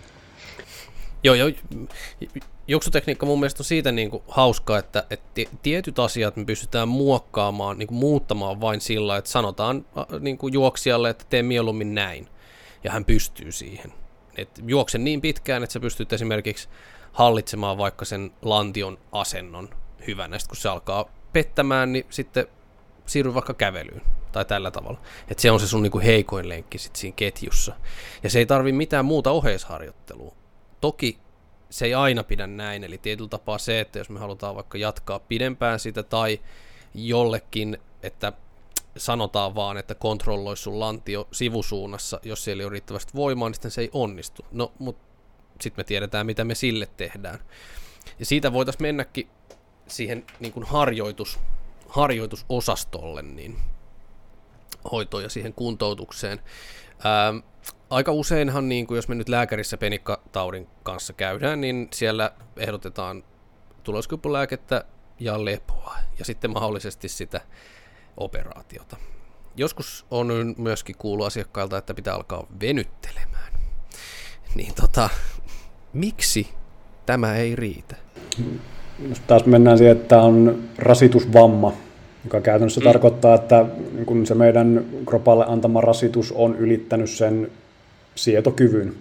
Joo, joo. Juoksutekniikka mun mielestä on siitä niin kuin hauskaa, että, että tietyt asiat me pystytään muokkaamaan, niin kuin muuttamaan vain sillä, että sanotaan niin kuin juoksijalle, että tee mieluummin näin, ja hän pystyy siihen. Et juokse niin pitkään, että sä pystyt esimerkiksi hallitsemaan vaikka sen lantion asennon hyvänä, sitten kun se alkaa pettämään, niin sitten siirry vaikka kävelyyn tai tällä tavalla. Että se on se sun niin kuin heikoin lenkki sit siinä ketjussa. Ja se ei tarvi mitään muuta oheisharjoittelua. Toki se ei aina pidä näin, eli tietyllä tapaa se, että jos me halutaan vaikka jatkaa pidempään sitä tai jollekin, että sanotaan vaan, että kontrolloi sun lantio sivusuunnassa, jos siellä ei ole riittävästi voimaa, niin sitten se ei onnistu. No, mutta sitten me tiedetään, mitä me sille tehdään. Ja siitä voitaisiin mennäkin siihen niin kuin harjoitus, harjoitusosastolle, niin hoitoon ja siihen kuntoutukseen. Ää, aika useinhan, niin kuin jos me nyt lääkärissä penikkataudin kanssa käydään, niin siellä ehdotetaan tuloskypulääkettä ja lepoa, ja sitten mahdollisesti sitä operaatiota. Joskus on myöskin kuullut asiakkailta, että pitää alkaa venyttelemään. Niin tota, miksi tämä ei riitä?
Jos taas mennään siihen, että on rasitusvamma, joka käytännössä mm. tarkoittaa, että kun se meidän kropalle antama rasitus on ylittänyt sen sietokyvyn,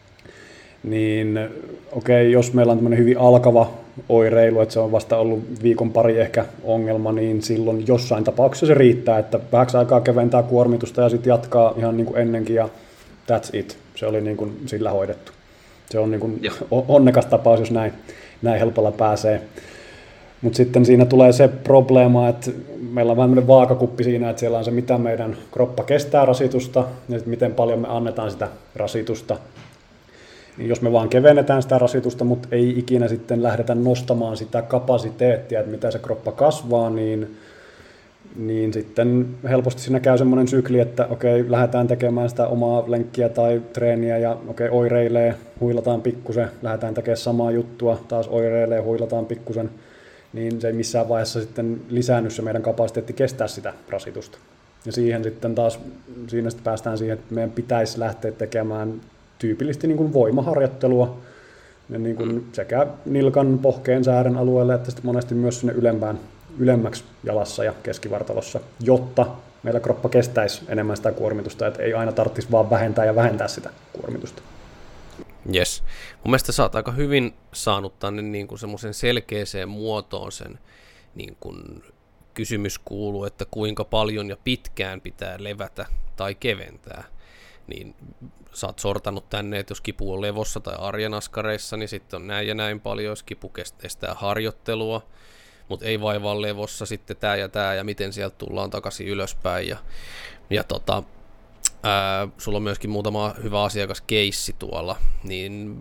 niin okei, okay, jos meillä on tämmöinen hyvin alkava oireilu, että se on vasta ollut viikon pari ehkä ongelma, niin silloin jossain tapauksessa se riittää, että vähäksi aikaa keventää kuormitusta ja sitten jatkaa ihan niin kuin ennenkin ja that's it. Se oli niin kuin sillä hoidettu. Se on niin kuin onnekas tapaus, jos näin, näin helpolla pääsee. Mutta sitten siinä tulee se probleema, että meillä on vähän vaakakuppi siinä, että siellä on se, mitä meidän kroppa kestää rasitusta ja miten paljon me annetaan sitä rasitusta. Niin jos me vaan kevennetään sitä rasitusta, mutta ei ikinä sitten lähdetä nostamaan sitä kapasiteettia, että mitä se kroppa kasvaa, niin, niin sitten helposti siinä käy semmoinen sykli, että okei, lähdetään tekemään sitä omaa lenkkiä tai treeniä ja okei, oireilee, huilataan pikkusen, lähdetään tekemään samaa juttua, taas oireilee, huilataan pikkusen, niin se ei missään vaiheessa sitten lisännyt se meidän kapasiteetti kestää sitä rasitusta. Ja siihen sitten taas, siinä sitten päästään siihen, että meidän pitäisi lähteä tekemään tyypillisesti niin kuin voimaharjoittelua ja niin kuin sekä nilkan, pohkeen, säären alueelle että sitten monesti myös sinne ylempään, ylemmäksi jalassa ja keskivartalossa, jotta meillä kroppa kestäisi enemmän sitä kuormitusta, että ei aina tarvitsisi vaan vähentää ja vähentää sitä kuormitusta.
Jes. Mun mielestä sä oot aika hyvin saanut tänne niin kuin semmoisen selkeäseen muotoon sen niin kuin kysymys kuuluu, että kuinka paljon ja pitkään pitää levätä tai keventää. Niin sä oot sortanut tänne, että jos kipu on levossa tai arjen askareissa, niin sitten on näin ja näin paljon, jos kipu kestää harjoittelua, mutta ei vaivaa levossa, sitten tää ja tää, ja miten sieltä tullaan takaisin ylöspäin. Ja, ja tota, ää, sulla on myöskin muutama hyvä asiakaskeissi tuolla, niin,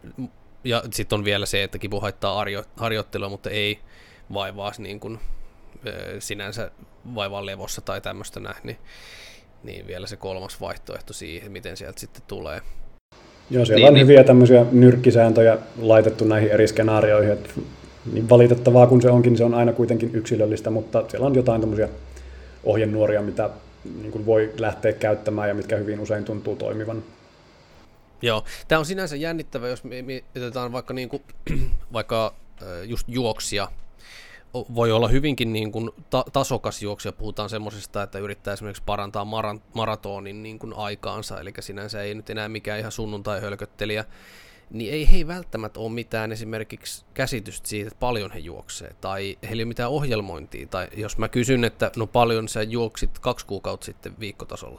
ja sitten on vielä se, että kipu haittaa harjo- harjoittelua, mutta ei vaivaa niin kuin sinänsä vaivan levossa tai tämmöistä näin, niin, niin vielä se kolmas vaihtoehto siihen, miten sieltä sitten tulee.
Joo, siellä
niin,
on
niin.
hyviä tämmöisiä nyrkkisääntöjä laitettu näihin eri skenaarioihin, että niin valitettavaa kun se onkin, niin se on aina kuitenkin yksilöllistä, mutta siellä on jotain tämmöisiä ohjenuoria, mitä niin kuin voi lähteä käyttämään ja mitkä hyvin usein tuntuu toimivan.
Joo, tämä on sinänsä jännittävä, jos me mietitään vaikka, niin kuin, vaikka just juoksia. Voi olla hyvinkin niin kuin ta- tasokas juoksija, puhutaan semmoisesta, että yrittää esimerkiksi parantaa mara- maratonin niin kuin aikaansa, eli sinänsä ei nyt enää mikään ihan sunnuntai-hölköttelijä, niin ei he välttämättä ole mitään esimerkiksi käsitystä siitä, että paljon he juoksee, tai heillä ei ole mitään ohjelmointia, tai jos mä kysyn, että no paljon sä juoksit kaksi kuukautta sitten viikkotasolla,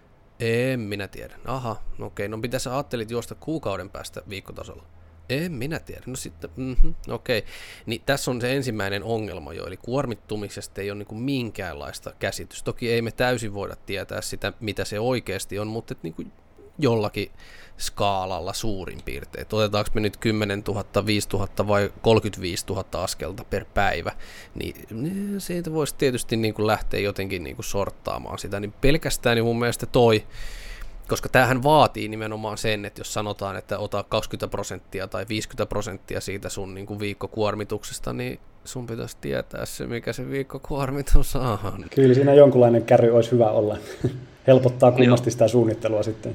en minä tiedä. Aha, no okei, no mitä sä ajattelit juosta kuukauden päästä viikkotasolla? En minä tiedä. No sitten, mm-hmm, okei. Niin tässä on se ensimmäinen ongelma jo, eli kuormittumisesta ei ole niin kuin minkäänlaista käsitystä. Toki ei me täysin voida tietää sitä, mitä se oikeasti on, mutta niin kuin jollakin skaalalla suurin piirtein. Otetaanko me nyt kymmenen tuhatta, viisi tuhatta vai kolmekymmentäviisi tuhatta askelta per päivä, niin siitä voisi tietysti niin kuin lähteä jotenkin niin kuin sorttaamaan sitä. Niin pelkästään niin mun mielestä toi, koska tämähän vaatii nimenomaan sen, että jos sanotaan, että ota kaksikymmentä prosenttia tai viisikymmentä prosenttia siitä sun niin kuin viikkokuormituksesta, niin sun pitäisi tietää se, mikä se viikkokuormitus on.
Kyllä siinä jonkunlainen kärry olisi hyvä olla. Helpottaa kummasti sitä suunnittelua sitten.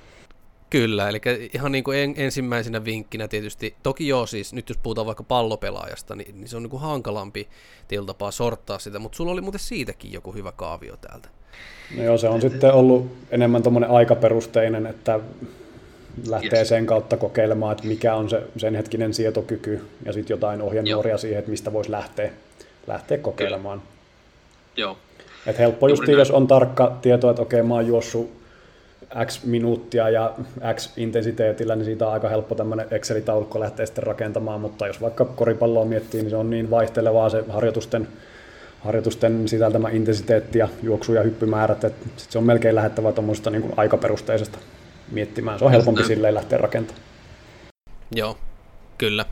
Kyllä, eli ihan niin kuin en, ensimmäisenä vinkkinä tietysti, toki joo siis, nyt jos puhutaan vaikka pallopelaajasta, niin, niin se on niin kuin hankalampi tietyllä tapaa sorttaa sitä, mutta sulla oli muuten siitäkin joku hyvä kaavio täältä.
No joo, se on sitten ollut enemmän tommoinen aikaperusteinen, että lähtee yes. sen kautta kokeilemaan, että mikä on se sen hetkinen sietokyky ja sitten jotain ohjenuoria siihen, että mistä voisi lähteä, lähteä kokeilemaan.
Joo.
Et helppo justiin, jos on tarkka tieto, että okei, mä oon juossut X minuuttia ja X intensiteetillä, niin siitä on aika helppo tämmöinen Excel-taulukko lähteä sitten rakentamaan, mutta jos vaikka koripalloa miettii, niin se on niin vaihtelevaa se harjoitusten, harjoitusten sisältämä intensiteetti ja juoksu- ja hyppymäärät, että sit se on melkein lähettävä tuommoista niin kuin aikaperusteisesta miettimään. Se on helpompi silleen lähteä rakentamaan.
Joo, kyllä.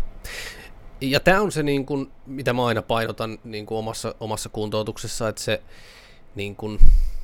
Ja tämä on se, niin kuin, mitä mä aina painotan niin kuin omassa, omassa kuntoutuksessa, että se, niin kuin,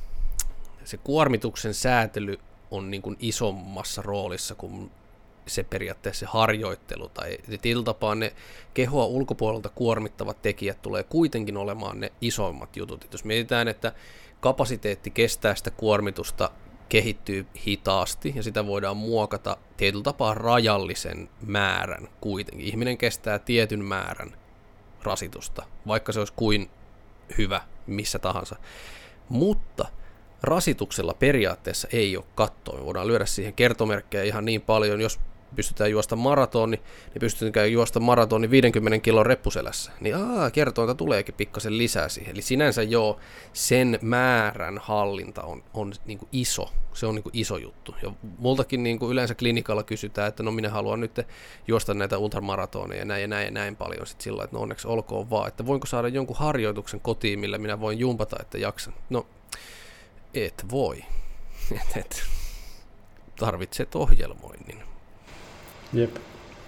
se kuormituksen säätely on niin kuin isommassa roolissa kuin se periaatteessa se harjoittelu. Tai tietyllä tapaa ne kehoa ulkopuolelta kuormittavat tekijät tulee kuitenkin olemaan ne isoimmat jutut. Et jos mietitään, että kapasiteetti kestää sitä kuormitusta, kehittyy hitaasti ja sitä voidaan muokata tietyllä tapaa rajallisen määrän kuitenkin. Ihminen kestää tietyn määrän rasitusta, vaikka se olisi kuin hyvä missä tahansa. Mutta rasituksella periaatteessa ei ole kattoa. Me voidaan lyödä siihen kertomerkkejä ihan niin paljon, jos pystytään juosta maratoni, niin pystytään juosta maratoni viidenkymmenen kilon reppuselässä. Niin aa, kertointa tuleekin pikkasen lisää siihen. Eli sinänsä joo, sen määrän hallinta on, on niin kuin iso. Se on niin kuin iso juttu. Ja multakin niin kuin yleensä klinikalla kysytään, että no minä haluan nyt juosta näitä ultramaratoneja ja näin ja näin ja näin paljon. Sitten sillä että no onneksi olkoon vaan, että voinko saada jonkun harjoituksen kotiin, millä minä voin jumpata, että jaksan. No, et voi. Et, et. Tarvitset ohjelmoinnin.
Jep.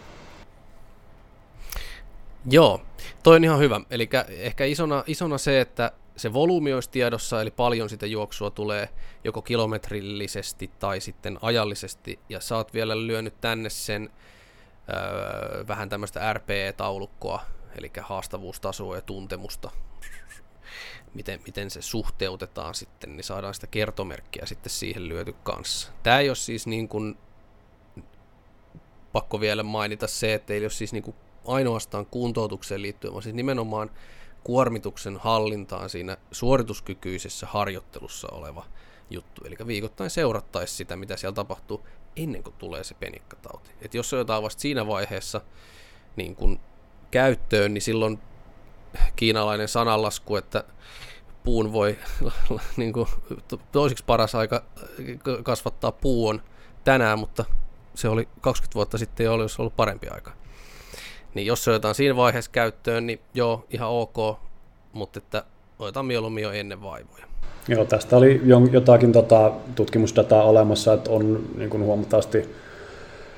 Joo, toi on ihan hyvä. Eli ehkä isona, isona se, että se volyymi olisi tiedossa, eli paljon sitä juoksua tulee joko kilometrillisesti tai sitten ajallisesti, ja sä oot vielä lyönyt tänne sen öö, vähän tämmöistä R P E-taulukkoa, eli haastavuustasoa ja tuntemusta, miten, miten se suhteutetaan sitten, niin saadaan sitä kertomerkkiä sitten siihen lyöty kanssa. Tää ei ole siis niin kuin pakko vielä mainita se, että ei ole siis niin kuin ainoastaan kuntoutukseen liittyen, vaan siis nimenomaan kuormituksen hallintaan siinä suorituskykyisessä harjoittelussa oleva juttu. Eli viikoittain seurattaisi sitä, mitä siellä tapahtuu ennen kuin tulee se penikkatauti. Et jos se otetaan vasta siinä vaiheessa niin kuin käyttöön, niin silloin kiinalainen sananlasku, että puun voi, niin kuin toiseksi paras aika kasvattaa puu on tänään, mutta se oli kaksikymmentä vuotta sitten jo olisi ollut parempi aika. Niin jos se otetaan siinä vaiheessa käyttöön, niin joo, ihan ok, mutta että otetaan mieluummin jo ennen vaivoja.
Joo, tästä oli jotakin tota, tutkimusdataa olemassa, että on niin kuin huomattavasti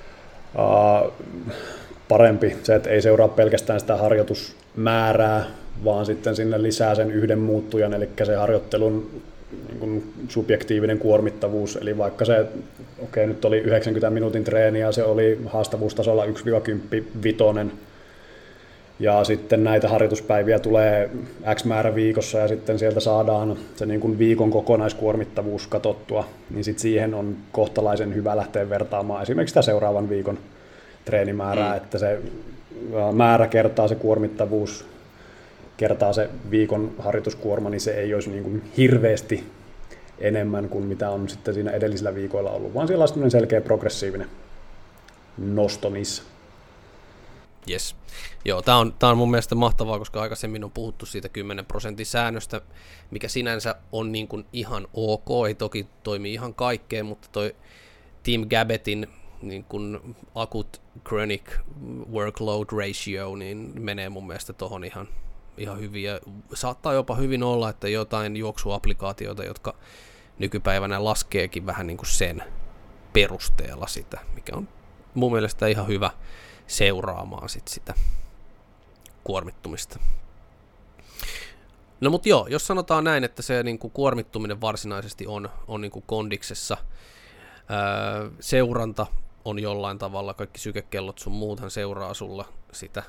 uh, parempi se, että ei seuraa pelkästään sitä harjoitusmäärää, vaan sitten sinne lisää sen yhden muuttujan, eli se harjoittelun niin kuin subjektiivinen kuormittavuus, eli vaikka se, okei okay, nyt oli yhdeksänkymmentä minuutin treeni ja se oli haastavuustasolla yksi kymmenen vitonen, ja sitten näitä harjoituspäiviä tulee X määrä viikossa ja sitten sieltä saadaan se niin kuin viikon kokonaiskuormittavuus katsottua, niin sitten siihen on kohtalaisen hyvä lähteä vertaamaan esimerkiksi sitä seuraavan viikon treenimäärää, mm. että se määrä kertaa se kuormittavuus, kertaa se viikon harjoituskuorma, niin se ei olisi niin kuin hirveästi enemmän kuin mitä on sitten siinä edellisillä viikoilla ollut, vaan siellä on selkeä progressiivinen nosto niissä.
Yes. Joo, tämä on, tää on mun mielestä mahtavaa, koska aikaisemmin on puhuttu siitä kymmenen prosentin säännöstä, mikä sinänsä on niin kuin ihan ok, ei toki toimi ihan kaikkeen, mutta toi Team Gabbettin niin kuin acute chronic workload ratio niin menee mun mielestä tohon ihan, ihan hyvin. Ja saattaa jopa hyvin olla, että jotain juoksuapplikaatioita, jotka nykypäivänä laskeekin vähän niin kuin sen perusteella sitä, mikä on mun mielestä ihan hyvä seuraamaan sit sitä kuormittumista. No mut joo, jos sanotaan näin, että se niinku kuormittuminen varsinaisesti on, on niinku kondiksessa, öö, seuranta on jollain tavalla, kaikki sykekellot sun muuthan seuraa sulla sitä,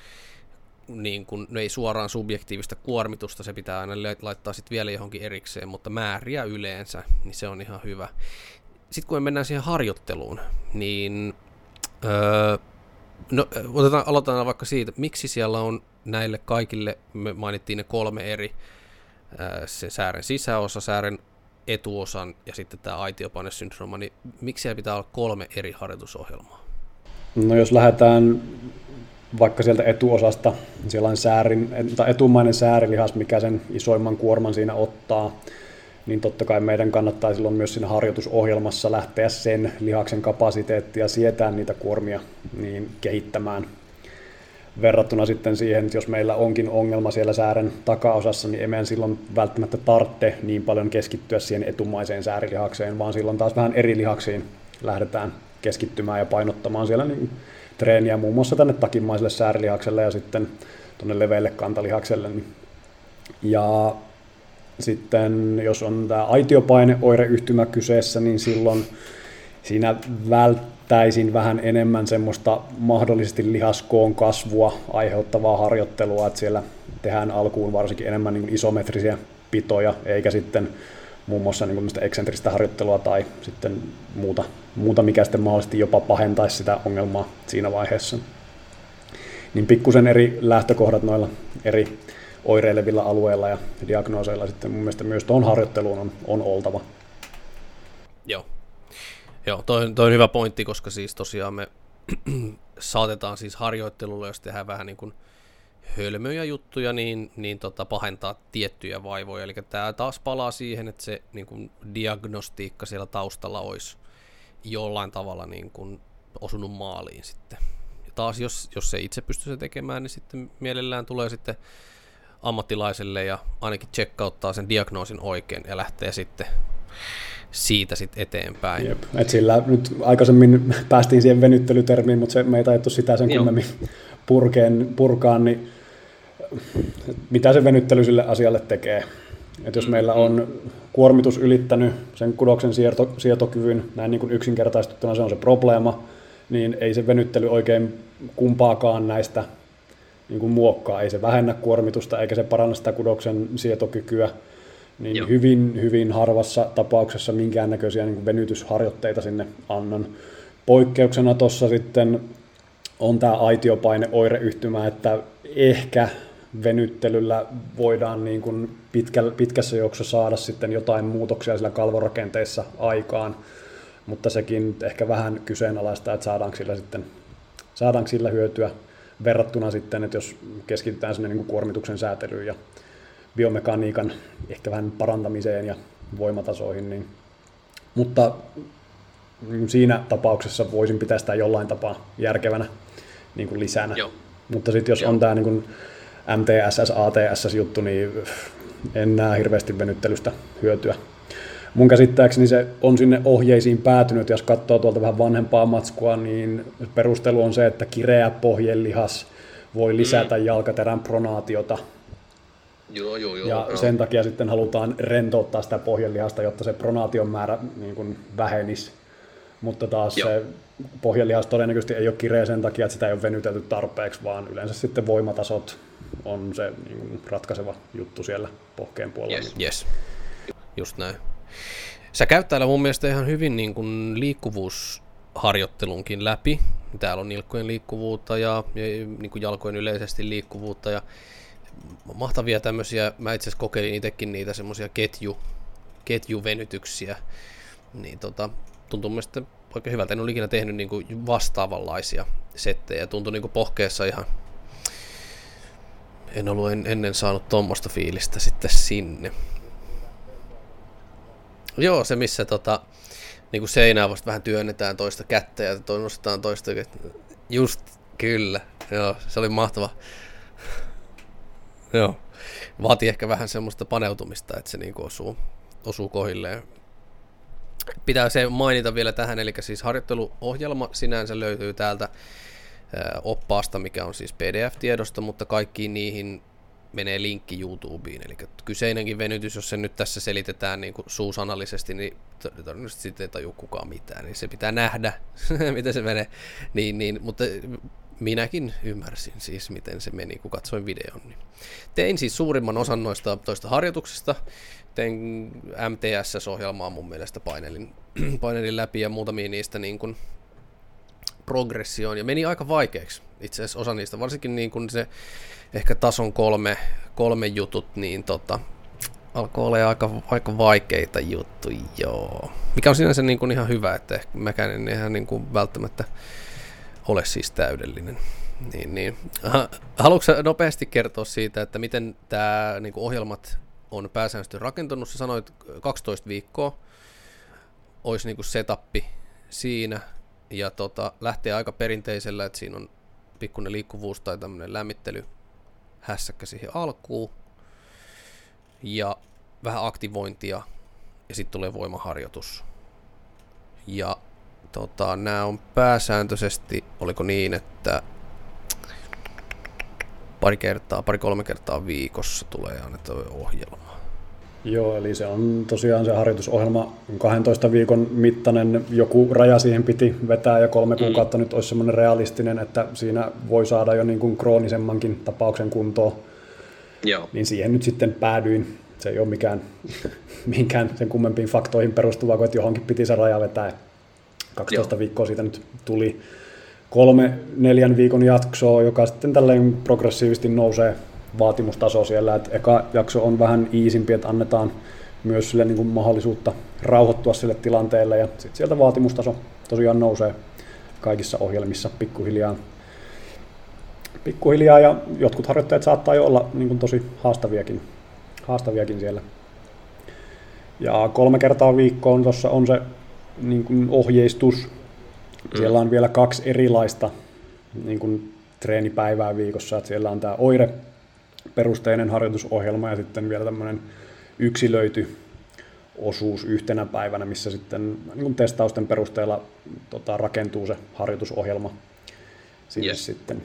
niin kun, no ei suoraan subjektiivista kuormitusta, se pitää aina laittaa sit vielä johonkin erikseen, mutta määriä yleensä, niin se on ihan hyvä. Sitten kun me mennään siihen harjoitteluun, niin öö, no, otetaan, aloitetaan vaikka siitä, miksi siellä on näille kaikille, me mainittiin ne kolme eri, se säären sisäosa, säären etuosan ja sitten tämä aitiopainesyndrooma, niin miksi siellä pitää olla kolme eri harjoitusohjelmaa?
No jos lähdetään vaikka sieltä etuosasta, siellä on säärin, tai etumainen säärilihas, mikä sen isoimman kuorman siinä ottaa, niin totta kai meidän kannattaa silloin myös siinä harjoitusohjelmassa lähteä sen lihaksen kapasiteettia sietää niitä kuormia niin kehittämään. Verrattuna sitten siihen, että jos meillä onkin ongelma siellä säären takaosassa, niin ei meidän silloin välttämättä tarvitse niin paljon keskittyä siihen etumaiseen säärilihakseen, vaan silloin taas vähän eri lihaksiin lähdetään keskittymään ja painottamaan siellä niin treeniä muun muassa tänne takimaiselle säärilihakselle ja sitten tuonne leveille kantalihakselle. Ja sitten jos on tämä aitiopaineoireyhtymä kyseessä, niin silloin siinä välttäisin vähän enemmän semmoista mahdollisesti lihaskoon kasvua aiheuttavaa harjoittelua, että siellä tehdään alkuun varsinkin enemmän niin kuin isometrisiä pitoja, eikä sitten muun muassa niin kuin eksentristä harjoittelua tai sitten muuta, muuta, mikä sitten mahdollisesti jopa pahentaisi sitä ongelmaa siinä vaiheessa. Niin pikkusen eri lähtökohdat noilla eri oireilevilla alueilla ja diagnooseilla sitten mun mielestä myös tuohon harjoitteluun on, on oltava.
Joo, Joo toi, toi on hyvä pointti, koska siis tosiaan me saatetaan siis harjoittelulla, jos tehdään vähän niin kuin hölmöjä juttuja, niin, niin tota pahentaa tiettyjä vaivoja. Eli tämä taas palaa siihen, että se niin kuin diagnostiikka siellä taustalla olisi jollain tavalla niin kuin osunut maaliin sitten. Ja taas jos, jos se itse pystyy se tekemään, niin sitten mielellään tulee sitten ammattilaiselle ja ainakin checkouttaa sen diagnoosin oikein ja lähtee sitten siitä sitten eteenpäin.
Jep. Et sillä nyt aikaisemmin päästiin siihen venyttelytermiin, mutta se, me ei taidettu sitä sen kummemmin purkeen, purkaan, niin mitä se venyttely sille asialle tekee? Et jos meillä on kuormitus ylittänyt sen kudoksen sieto, sietokyvyn, näin niin kuin yksinkertaistettuna se on se probleema, niin ei se venyttely oikein kumpaakaan näistä niin kuin muokkaa. Ei se vähennä kuormitusta eikä se paranna sitä kudoksen sietokykyä. Niin Joo. hyvin, hyvin harvassa tapauksessa minkäännäköisiä niin kuin venytysharjoitteita sinne annan. Poikkeuksena tuossa sitten on tämä aitiopaineoireyhtymä, että ehkä venyttelyllä voidaan niin kuin pitkä, pitkässä juoksussa saada sitten jotain muutoksia sillä kalvorakenteissa aikaan, mutta sekin ehkä vähän kyseenalaista, että saadaanko sillä, sitten, saadaanko sillä hyötyä verrattuna sitten, että jos keskitytään sinne niin kuin kuormituksen säätelyyn ja biomekaniikan ehkä vähän parantamiseen ja voimatasoihin, niin, mutta niin siinä tapauksessa voisin pitää sitä jollain tapaa järkevänä niin kuin lisänä. Joo. Mutta sitten jos Joo. on tämä niin kuin M T S S, A T S S-juttu, niin en näe hirveästi venyttelystä hyötyä. Mun käsittääkseni se on sinne ohjeisiin päätynyt, jos katsoo tuolta vähän vanhempaa matskua, niin perustelu on se, että kireä pohjelihas voi lisätä mm. jalkaterän pronaatiota,
Joo, joo, joo.
Ja
joo.
sen takia sitten halutaan rentouttaa sitä pohjelihasta, jotta se pronaation määrä niin kuin vähenisi. Mutta taas joo. se pohjelihas todennäköisesti ei ole kireä sen takia, että sitä ei ole venytelty tarpeeksi, vaan yleensä sitten voimatasot on se niin kuin ratkaiseva juttu siellä pohkeen puolella.
Yes. yes. Just näin. Sä käyt täällä mun mielestä ihan hyvin niin kuin liikkuvuusharjoittelunkin läpi. Täällä on nilkkojen liikkuvuutta ja, ja niin kuin jalkojen yleisesti liikkuvuutta ja mahtavia tämmöisiä, mä itse asiassa kokeilin itsekin niitä semmoisia ketju, ketjuvenytyksiä, niin tota, tuntuu mielestäni oikein hyvältä. En ole ikinä tehnyt niin kuin vastaavanlaisia settejä, tuntui niin kuin pohkeessa ihan, en ollut en, ennen saanut tuommoista fiilistä sitten sinne. Joo, se missä tota, niin kuin seinää vasta vähän työnnetään toista kättä ja toi nostetaan toista, just kyllä, joo, se oli mahtava. Joo, vaatii ehkä vähän semmoista paneutumista, että se niinku osuu, osuu kohdilleen. Pitää se mainita vielä tähän, eli siis harjoitteluohjelma sinänsä löytyy täältä ää, oppaasta, mikä on siis P D F-tiedosto, mutta kaikkiin niihin menee linkki YouTubeen, eli kyseinenkin venytys, jos se nyt tässä selitetään niin kuin suusanallisesti, niin todennäköisesti sitten ei tajua kukaan mitään, niin se pitää nähdä, miten se menee, niin, niin, mutta minäkin ymmärsin siis, miten se meni, kun katsoin videon. Niin. Tein siis suurimman osan noista toista harjoituksista. Tein M T S S-ohjelmaa mun mielestä painelin, painelin läpi ja muutamia niistä niin kuin progressioon. Ja meni aika vaikeaksi itse asiassa osa niistä, varsinkin niin kuin se ehkä tason kolme, kolme jutut, niin tota, alkoi olla aika, aika vaikeita juttuja, joo. Mikä on sinänsä niin kuin ihan hyvä, että ehkä mäkään en ihan niin kuin välttämättä ole siis täydellinen. Niin, niin. Haluatko nopeasti kertoa siitä, että miten tämä niin kuin ohjelmat on pääsääntöisesti rakentunut? Sä sanoit kaksitoista viikkoa, olisi niin kuin setappi siinä, ja tota, lähtee aika perinteisellä, että siinä on pikkuinen liikkuvuus tai tämmöinen lämmittely, hässäkkä siihen alkuun, ja vähän aktivointia, ja sitten tulee voimaharjoitus. Ja tota, nämä on pääsääntöisesti, oliko niin, että pari kertaa, pari-kolme kertaa viikossa tulee annettu ohjelma.
Joo, eli se on tosiaan se harjoitusohjelma kahdentoista viikon mittainen, joku raja siihen piti vetää ja kolme kuukautta mm. nyt olisi semmoinen realistinen, että siinä voi saada jo niin kuin kroonisemmankin tapauksen kuntoon.
Joo. Niin
siihen nyt sitten päädyin. Se ei ole mikään, minkään sen kummempiin faktoihin perustuva, kun että johonkin piti se raja vetää. kaksitoista Joo. viikkoa siitä nyt tuli kolme neljän viikon jaksoa, joka sitten tälleen progressiivisesti nousee vaatimustaso siellä. Et eka jakso on vähän iisimpi, että annetaan myös sille niin kuin mahdollisuutta rauhoittua sille tilanteelle ja sitten sieltä vaatimustaso tosiaan nousee kaikissa ohjelmissa pikkuhiljaa. Pikkuhiljaa ja jotkut harjoittajat saattaa jo olla niin kuin tosi haastaviakin, haastaviakin siellä. Ja kolme kertaa viikkoon tuossa on se niin kuin ohjeistus. Siellä on vielä kaksi erilaista niin kuin treenipäivää viikossa. Että siellä on tämä oireperusteinen harjoitusohjelma ja sitten vielä tämmöinen yksilöity osuus yhtenä päivänä, missä sitten niin kuin testausten perusteella tota, rakentuu se harjoitusohjelma sinne yes. sitten.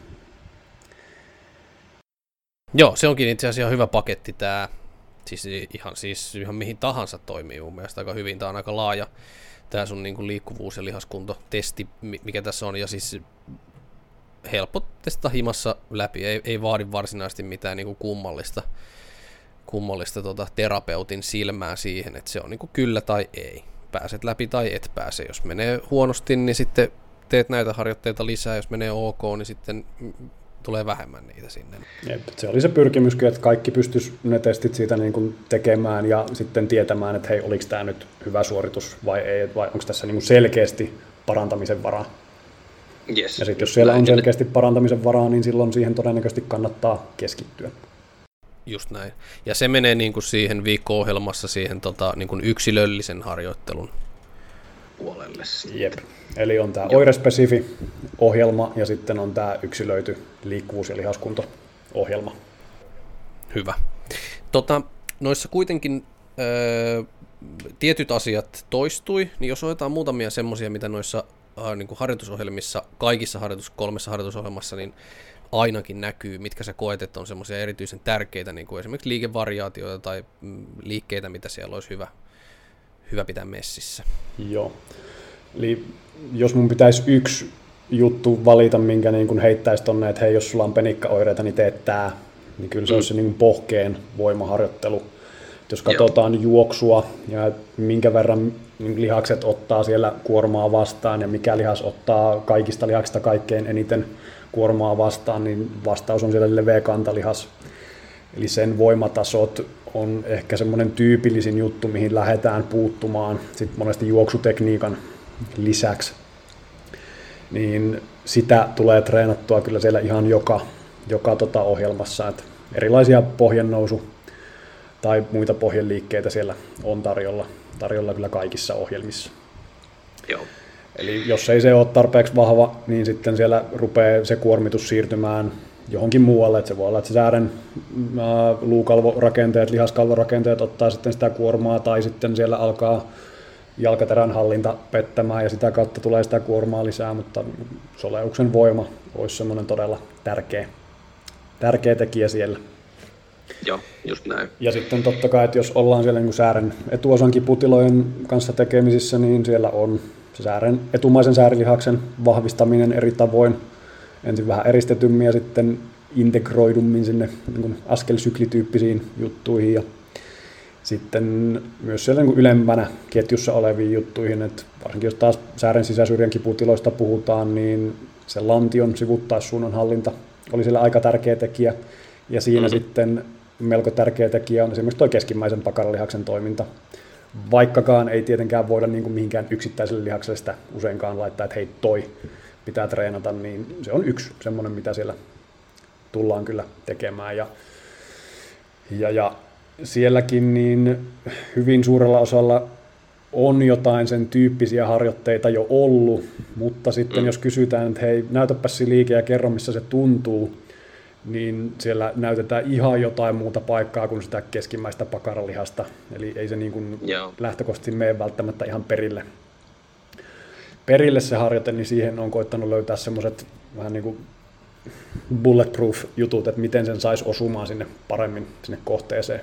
Joo, se onkin itse asiassa hyvä paketti tämä. Siis ihan, siis ihan mihin tahansa toimii mun mielestä aika hyvin. Tämä on aika laaja, tämä sun niin kuin liikkuvuus- ja lihaskuntotesti, mikä tässä on. Ja siis helppo testata himassa läpi. Ei, ei vaadi varsinaisesti mitään niin kuin kummallista, kummallista tota, terapeutin silmää siihen, että se on niin kuin kyllä tai ei. Pääset läpi tai et pääse. Jos menee huonosti, niin sitten teet näitä harjoitteita lisää. Jos menee ok, niin sitten tulee vähemmän niitä sinne.
Jep, se oli se pyrkimyskin, että kaikki pystyisi ne testit siitä niin kuin tekemään ja sitten tietämään, että hei, oliko tämä nyt hyvä suoritus vai ei, vai onko tässä niin kuin selkeästi parantamisen varaa.
Yes.
Ja sitten jos siellä on selkeästi parantamisen varaa, niin silloin siihen todennäköisesti kannattaa keskittyä.
Just näin. Ja se menee niin kuin siihen viikko-ohjelmassa siihen tota, niin kuin yksilöllisen harjoittelun
puolelle.
Jep. Eli on tämä oirespesifi ohjelma ja sitten on tämä yksilöity liikkuvuus- ja lihaskunto-ohjelma.
Hyvä. Tota, noissa kuitenkin öö, tietyt asiat toistui, niin jos otetaan muutamia semmoisia, mitä noissa äh, niin kuin harjoitusohjelmissa, kaikissa harjoitus, kolmessa harjoitusohjelmassa, niin ainakin näkyy, mitkä sä koet, että on semmoisia erityisen tärkeitä, niin kuin esimerkiksi liikevariaatioita tai mm, liikkeitä, mitä siellä olisi hyvä, hyvä pitää messissä.
Joo. Eli jos mun pitäisi yksi juttu valita, minkä niin kun heittäisi tonne, että hei, jos sulla on penikkaoireita, niin teet tää, niin kyllä se mm. olisi se niin kuin pohkeen voimaharjoittelu. Jos katsotaan Joo. juoksua ja minkä verran niin lihakset ottaa siellä kuormaa vastaan ja mikä lihas ottaa kaikista lihaksista kaikkein eniten kuormaa vastaan, niin vastaus on siellä leveä kantalihas. Eli sen voimatasot on ehkä semmoinen tyypillisin juttu, mihin lähdetään puuttumaan sitten monesti juoksutekniikan lisäksi. Niin sitä tulee treenattua kyllä siellä ihan joka, joka tota ohjelmassa. Et erilaisia pohjannousu- tai muita pohjeliikkeitä siellä on tarjolla, tarjolla kyllä kaikissa ohjelmissa.
Joo.
Eli jos ei se ole tarpeeksi vahva, niin sitten siellä rupeaa se kuormitus siirtymään johonkin muualle. Että se voi olla, että se säären luukalvorakenteet, lihaskalvorakenteet ottaa sitten sitä kuormaa, tai sitten siellä alkaa jalkaterän hallinta pettämään ja sitä kautta tulee sitä kuormaa lisää, mutta soleuksen voima olisi semmoinen todella tärkeä, tärkeä tekijä siellä.
Joo, just näin.
Ja sitten totta kai, että jos ollaan siellä niin kuin säären etuosan kiputilojen kanssa tekemisissä, niin siellä on se säären, etumaisen säärilihaksen vahvistaminen eri tavoin. Ensin vähän eristetymmin ja sitten integroidummin sinne niin kuin askelsyklityyppisiin juttuihin. Ja sitten myös siellä niin kuin ylempänä ketjussa oleviin juttuihin, että varsinkin jos taas säären sisäsyrjän kiputiloista puhutaan, niin se lantion sivuttaissuunnan hallinta oli siellä aika tärkeä tekijä. Ja siinä mm-hmm. sitten melko tärkeä tekijä on esimerkiksi tuo keskimmäisen pakaralihaksen toiminta. Vaikkakaan ei tietenkään voida niin kuin mihinkään yksittäiselle lihakselle sitä useinkaan laittaa, että hei, toi pitää treenata, niin se on yksi semmoinen, mitä siellä tullaan kyllä tekemään. Ja, ja, ja sielläkin niin hyvin suurella osalla on jotain sen tyyppisiä harjoitteita jo ollut, mutta sitten mm. jos kysytään, että hei, näytäpäs se liike ja kerro, missä se tuntuu, niin siellä näytetään ihan jotain muuta paikkaa kuin sitä keskimmäistä pakaralihasta. Eli ei se niin kuin lähtökohtaisesti mene välttämättä ihan perille. Perille se harjoite, niin siihen on koittanut löytää semmoiset vähän niin kuin bulletproof-jutut, että miten sen saisi osumaan sinne paremmin sinne kohteeseen.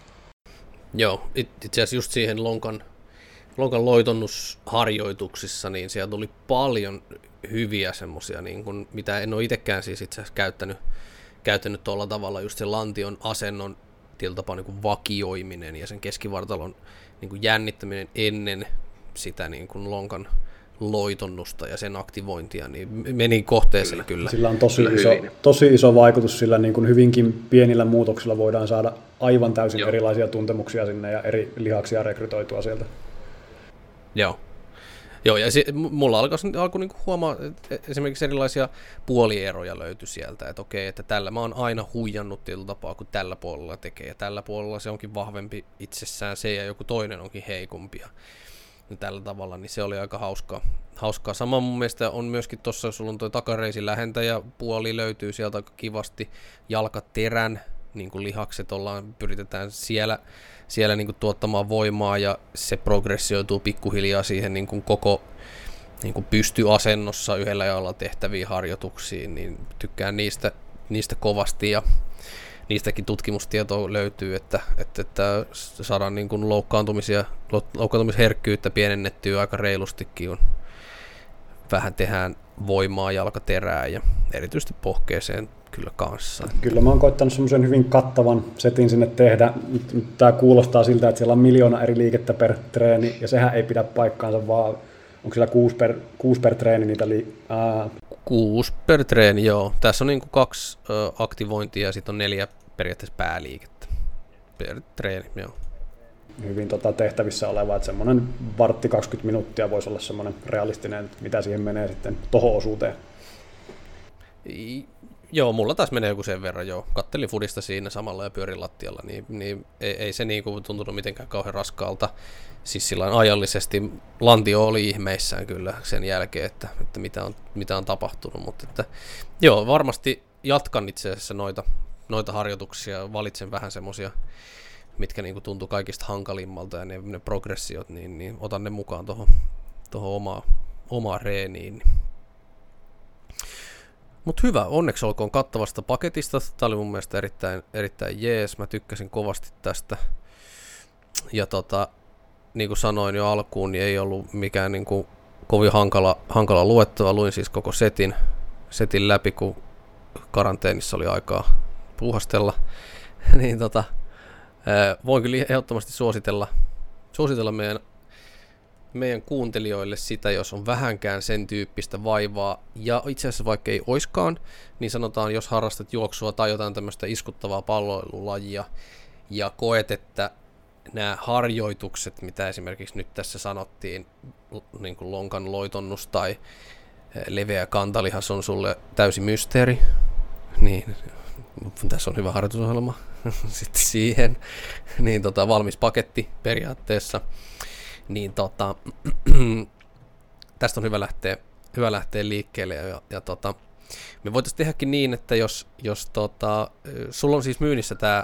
Joo, itse asiassa just siihen lonkan, lonkan loitonnusharjoituksissa, niin siellä tuli paljon hyviä semmoisia, niin kuin, mitä en ole itsekään siis itse asiassa käyttänyt, käyttänyt tuolla tavalla, just sen lantion asennon tietyllä tapaa niin kuin vakioiminen ja sen keskivartalon niin kuin jännittäminen ennen sitä niin kuin lonkan loitonnusta ja sen aktivointia, niin meni kohteeseen kyllä.
Sillä on tosi, iso, tosi iso vaikutus, sillä niin kuin hyvinkin pienillä muutoksilla voidaan saada aivan täysin Joo. erilaisia tuntemuksia sinne ja eri lihaksia rekrytoitua sieltä.
Joo. Joo, ja se, mulla alkoi, alkoi niinku huomaa, että esimerkiksi erilaisia puolieroja löytyi sieltä, että okei, että tällä mä oon aina huijannut tietyllä tapaa, kun tällä puolella tekee, ja tällä puolella se onkin vahvempi itsessään se, ja joku toinen onkin heikompi, ja tällä tavalla, niin se oli aika hauskaa. hauskaa. Sama mun mielestä on myöskin tuossa, jos sulla on tuo takareisin lähentäjä puoli löytyy sieltä aika kivasti, jalkaterän, niin kuin lihakset ollaan, pyritetään siellä, siellä niin kuin tuottamaan voimaa ja se progressioituu pikkuhiljaa siihen niin kuin koko niin kuin pystyasennossa yhdellä jalalla tehtäviin harjoituksiin, niin tykkään niistä, niistä kovasti ja niistäkin tutkimustietoa löytyy, että, että, että saadaan niin kuin loukkaantumisia, loukkaantumisherkkyyttä pienennettyä aika reilustikin, kun vähän tehdään voimaa jalkaterää ja erityisesti pohkeeseen kyllä kanssa.
Kyllä mä oon koittanut semmoisen hyvin kattavan setin sinne tehdä. Tämä kuulostaa siltä, että siellä on miljoona eri liikettä per treeni, ja sehän ei pidä paikkaansa, vaan onko siellä kuusi per, kuusi per treeni niitä li- ää.
Kuusi per treeni, joo. Tässä on niin kuin kaksi ö, aktivointia ja sitten on neljä periaatteessa pääliikettä per treeni, joo.
Hyvin tota tehtävissä oleva, että semmoinen vartti kaksikymmentä minuuttia voisi olla semmoinen realistinen, mitä siihen menee sitten tohon osuuteen.
I, joo, mulla taas menee joku sen verran, joo. Kattelin fudista siinä samalla ja pyörin lattialla, niin, niin ei, ei se niinku tuntunut mitenkään kauhean raskaalta. Siis sillain ajallisesti lantio oli ihmeissään kyllä sen jälkeen, että, että mitä, on, mitä on tapahtunut, mutta että, joo, varmasti jatkan itse asiassa noita, noita harjoituksia, valitsen vähän semmosia, mitkä niinku tuntuu kaikista hankalimmalta ja ne, ne progressiot, niin, niin otan ne mukaan tuohon omaan, omaan reeniin. Mutta hyvä, onneksi olkoon kattavasta paketista. Tämä oli mun mielestä erittäin, erittäin jees. Mä tykkäsin kovasti tästä. Ja tota, niin kuin sanoin jo alkuun, niin ei ollut mikään niin kuin kovin hankala, hankala luettava. Luin siis koko setin, setin läpi, kun karanteenissa oli aikaa puuhastella. niin tota, voin kyllä ehdottomasti suositella, suositella meidän, meidän kuuntelijoille sitä, jos on vähänkään sen tyyppistä vaivaa. Ja itse asiassa vaikka ei oiskaan, niin sanotaan, jos harrastat juoksua tai jotain tämmöistä iskuttavaa palloilulajia ja koet, että nämä harjoitukset, mitä esimerkiksi nyt tässä sanottiin, niin kuin lonkan loitonnus tai leveä kantalihas on sulle täysi mysteeri, niin tässä on hyvä harjoitusohjelma sitten siihen, niin tota, valmis paketti periaatteessa, niin tota, tästä on hyvä lähteä, hyvä lähteä liikkeelle ja, ja tota, me voitaisiin tehdäkin niin, että jos, jos tota, sulla on siis myynnissä tämä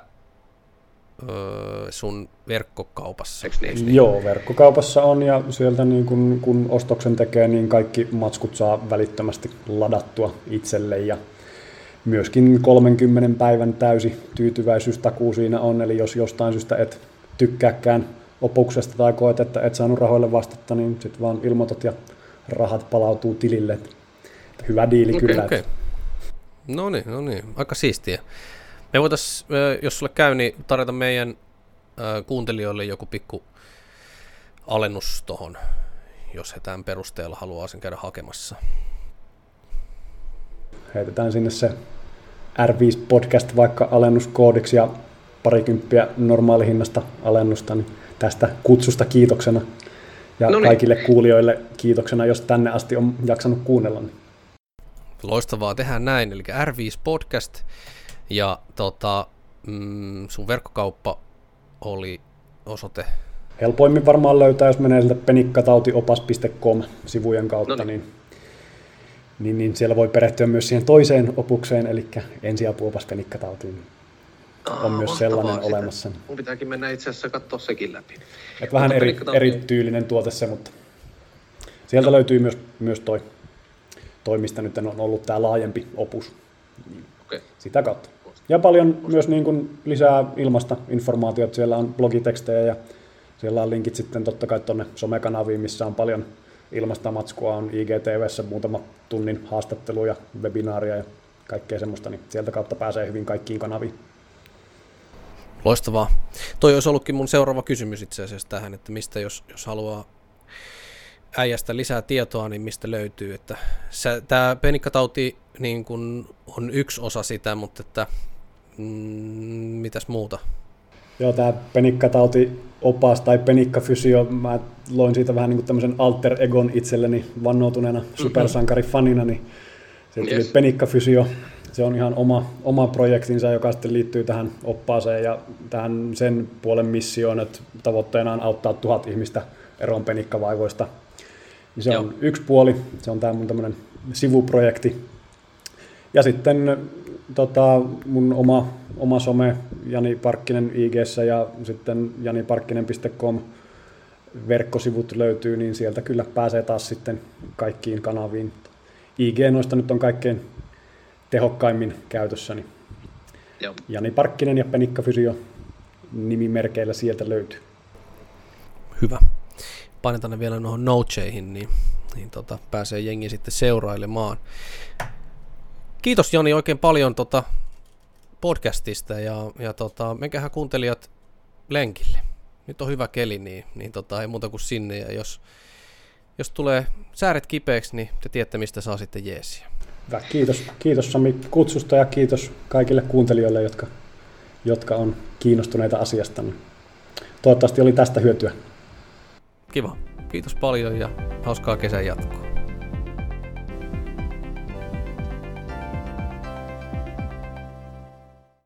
sun verkkokaupassa.
Niin? Joo, verkkokaupassa on ja sieltä niin kun, kun ostoksen tekee, niin kaikki matskut saa välittömästi ladattua itselle ja myöskin kolmenkymmenen päivän täysi tyytyväisyystakuu siinä on, eli jos jostain syystä et tykkääkään opuksesta tai koet, että et saanut rahoille vastata, niin sitten vaan ilmoitat ja rahat palautuu tilille. Hyvä diili okay, kyllä. Okay.
No niin, no niin, aika siistiä. Me voitaisiin, jos sulle käy, niin tarjota meidän äh, kuuntelijoille joku pikku alennus tohon, jos he tämän perusteella haluaa sen käydä hakemassa.
Heitetään sinne se R viisi podcast vaikka alennuskoodiksi ja parikymppiä normaalihinnasta alennusta, niin tästä kutsusta kiitoksena. Ja Noniin. Kaikille kuulijoille kiitoksena, jos tänne asti on jaksanut kuunnella. Niin.
Loistavaa, tehdään näin, eli R viisi podcast. Ja tota, mm, sun verkkokauppa oli osoite?
Helpoimmin varmaan löytää, jos menee sieltä penikkatautiopas piste com sivujen kautta, no niin. Niin, niin siellä voi perehtyä myös siihen toiseen opukseen, eli ensiapuopas penikkatautiin.
Aa,
on myös sellainen sitä olemassa.
Mun pitääkin mennä itse asiassa katsoa sekin läpi.
Et vähän eri, erityylinen tuote se, mutta sieltä no. löytyy myös, myös toi, toi, mistä nyt on ollut tämä laajempi opus. Okay. Sitä kautta. Ja paljon myös niin kuin lisää ilmasta informaatiota. Siellä on blogitekstejä ja siellä on linkit sitten totta kai tuonne somekanaviin, missä on paljon ilmasta matskua. On I G T V:ssä muutama tunnin haastatteluja, webinaaria ja kaikkea semmoista. Niin sieltä kautta pääsee hyvin kaikkiin kanaviin.
Loistavaa. Toi olisi ollutkin mun seuraava kysymys itse asiassa tähän, että mistä jos, jos haluaa äijästä lisää tietoa, niin mistä löytyy. Että tämä penikkatauti niin kun on yksi osa sitä, mutta että, mm, mitäs muuta?
Joo, tämä penikkatauti-opas tai penikkafysio, mä loin siitä vähän niin kuin tämmöisen alter egon itselleni vannoutuneena supersankarifanina, niin se tuli yes. penikkafysio. Se on ihan oma, oma projektinsa, joka sitten liittyy tähän oppaaseen ja tähän sen puolen missioon, että tavoitteena on auttaa tuhat ihmistä eroon penikkavaivoista. Se Joo. on yksi puoli, se on tämä mun tämmöinen sivuprojekti. Ja sitten tota, mun oma, oma some Jani Parkkinen I G:ssä ja sitten jani parkkinen piste com verkkosivut löytyy, niin sieltä kyllä pääsee taas sitten kaikkiin kanaviin. I G noista nyt on kaikkein tehokkaimmin käytössä, niin Joo. Jani Parkkinen ja Penikkafysio nimimerkeillä sieltä löytyy.
Hyvä. Painetaan ne vielä noihin notesihin, niin, niin tota, pääsee jengi sitten seurailemaan. Kiitos Joni oikein paljon tota podcastista ja, ja tota, menkähän kuuntelijat lenkille. Nyt on hyvä keli, niin, niin tota, ei muuta kuin sinne. Ja jos, jos tulee sääret kipeäksi, niin te tiedätte, mistä saa sitten jeesiä.
Hyvä. Kiitos, kiitos Sami kutsusta ja kiitos kaikille kuuntelijoille, jotka, jotka on kiinnostuneita asiasta. Toivottavasti oli tästä hyötyä.
Kiva. Kiitos paljon ja hauskaa kesän jatkoa.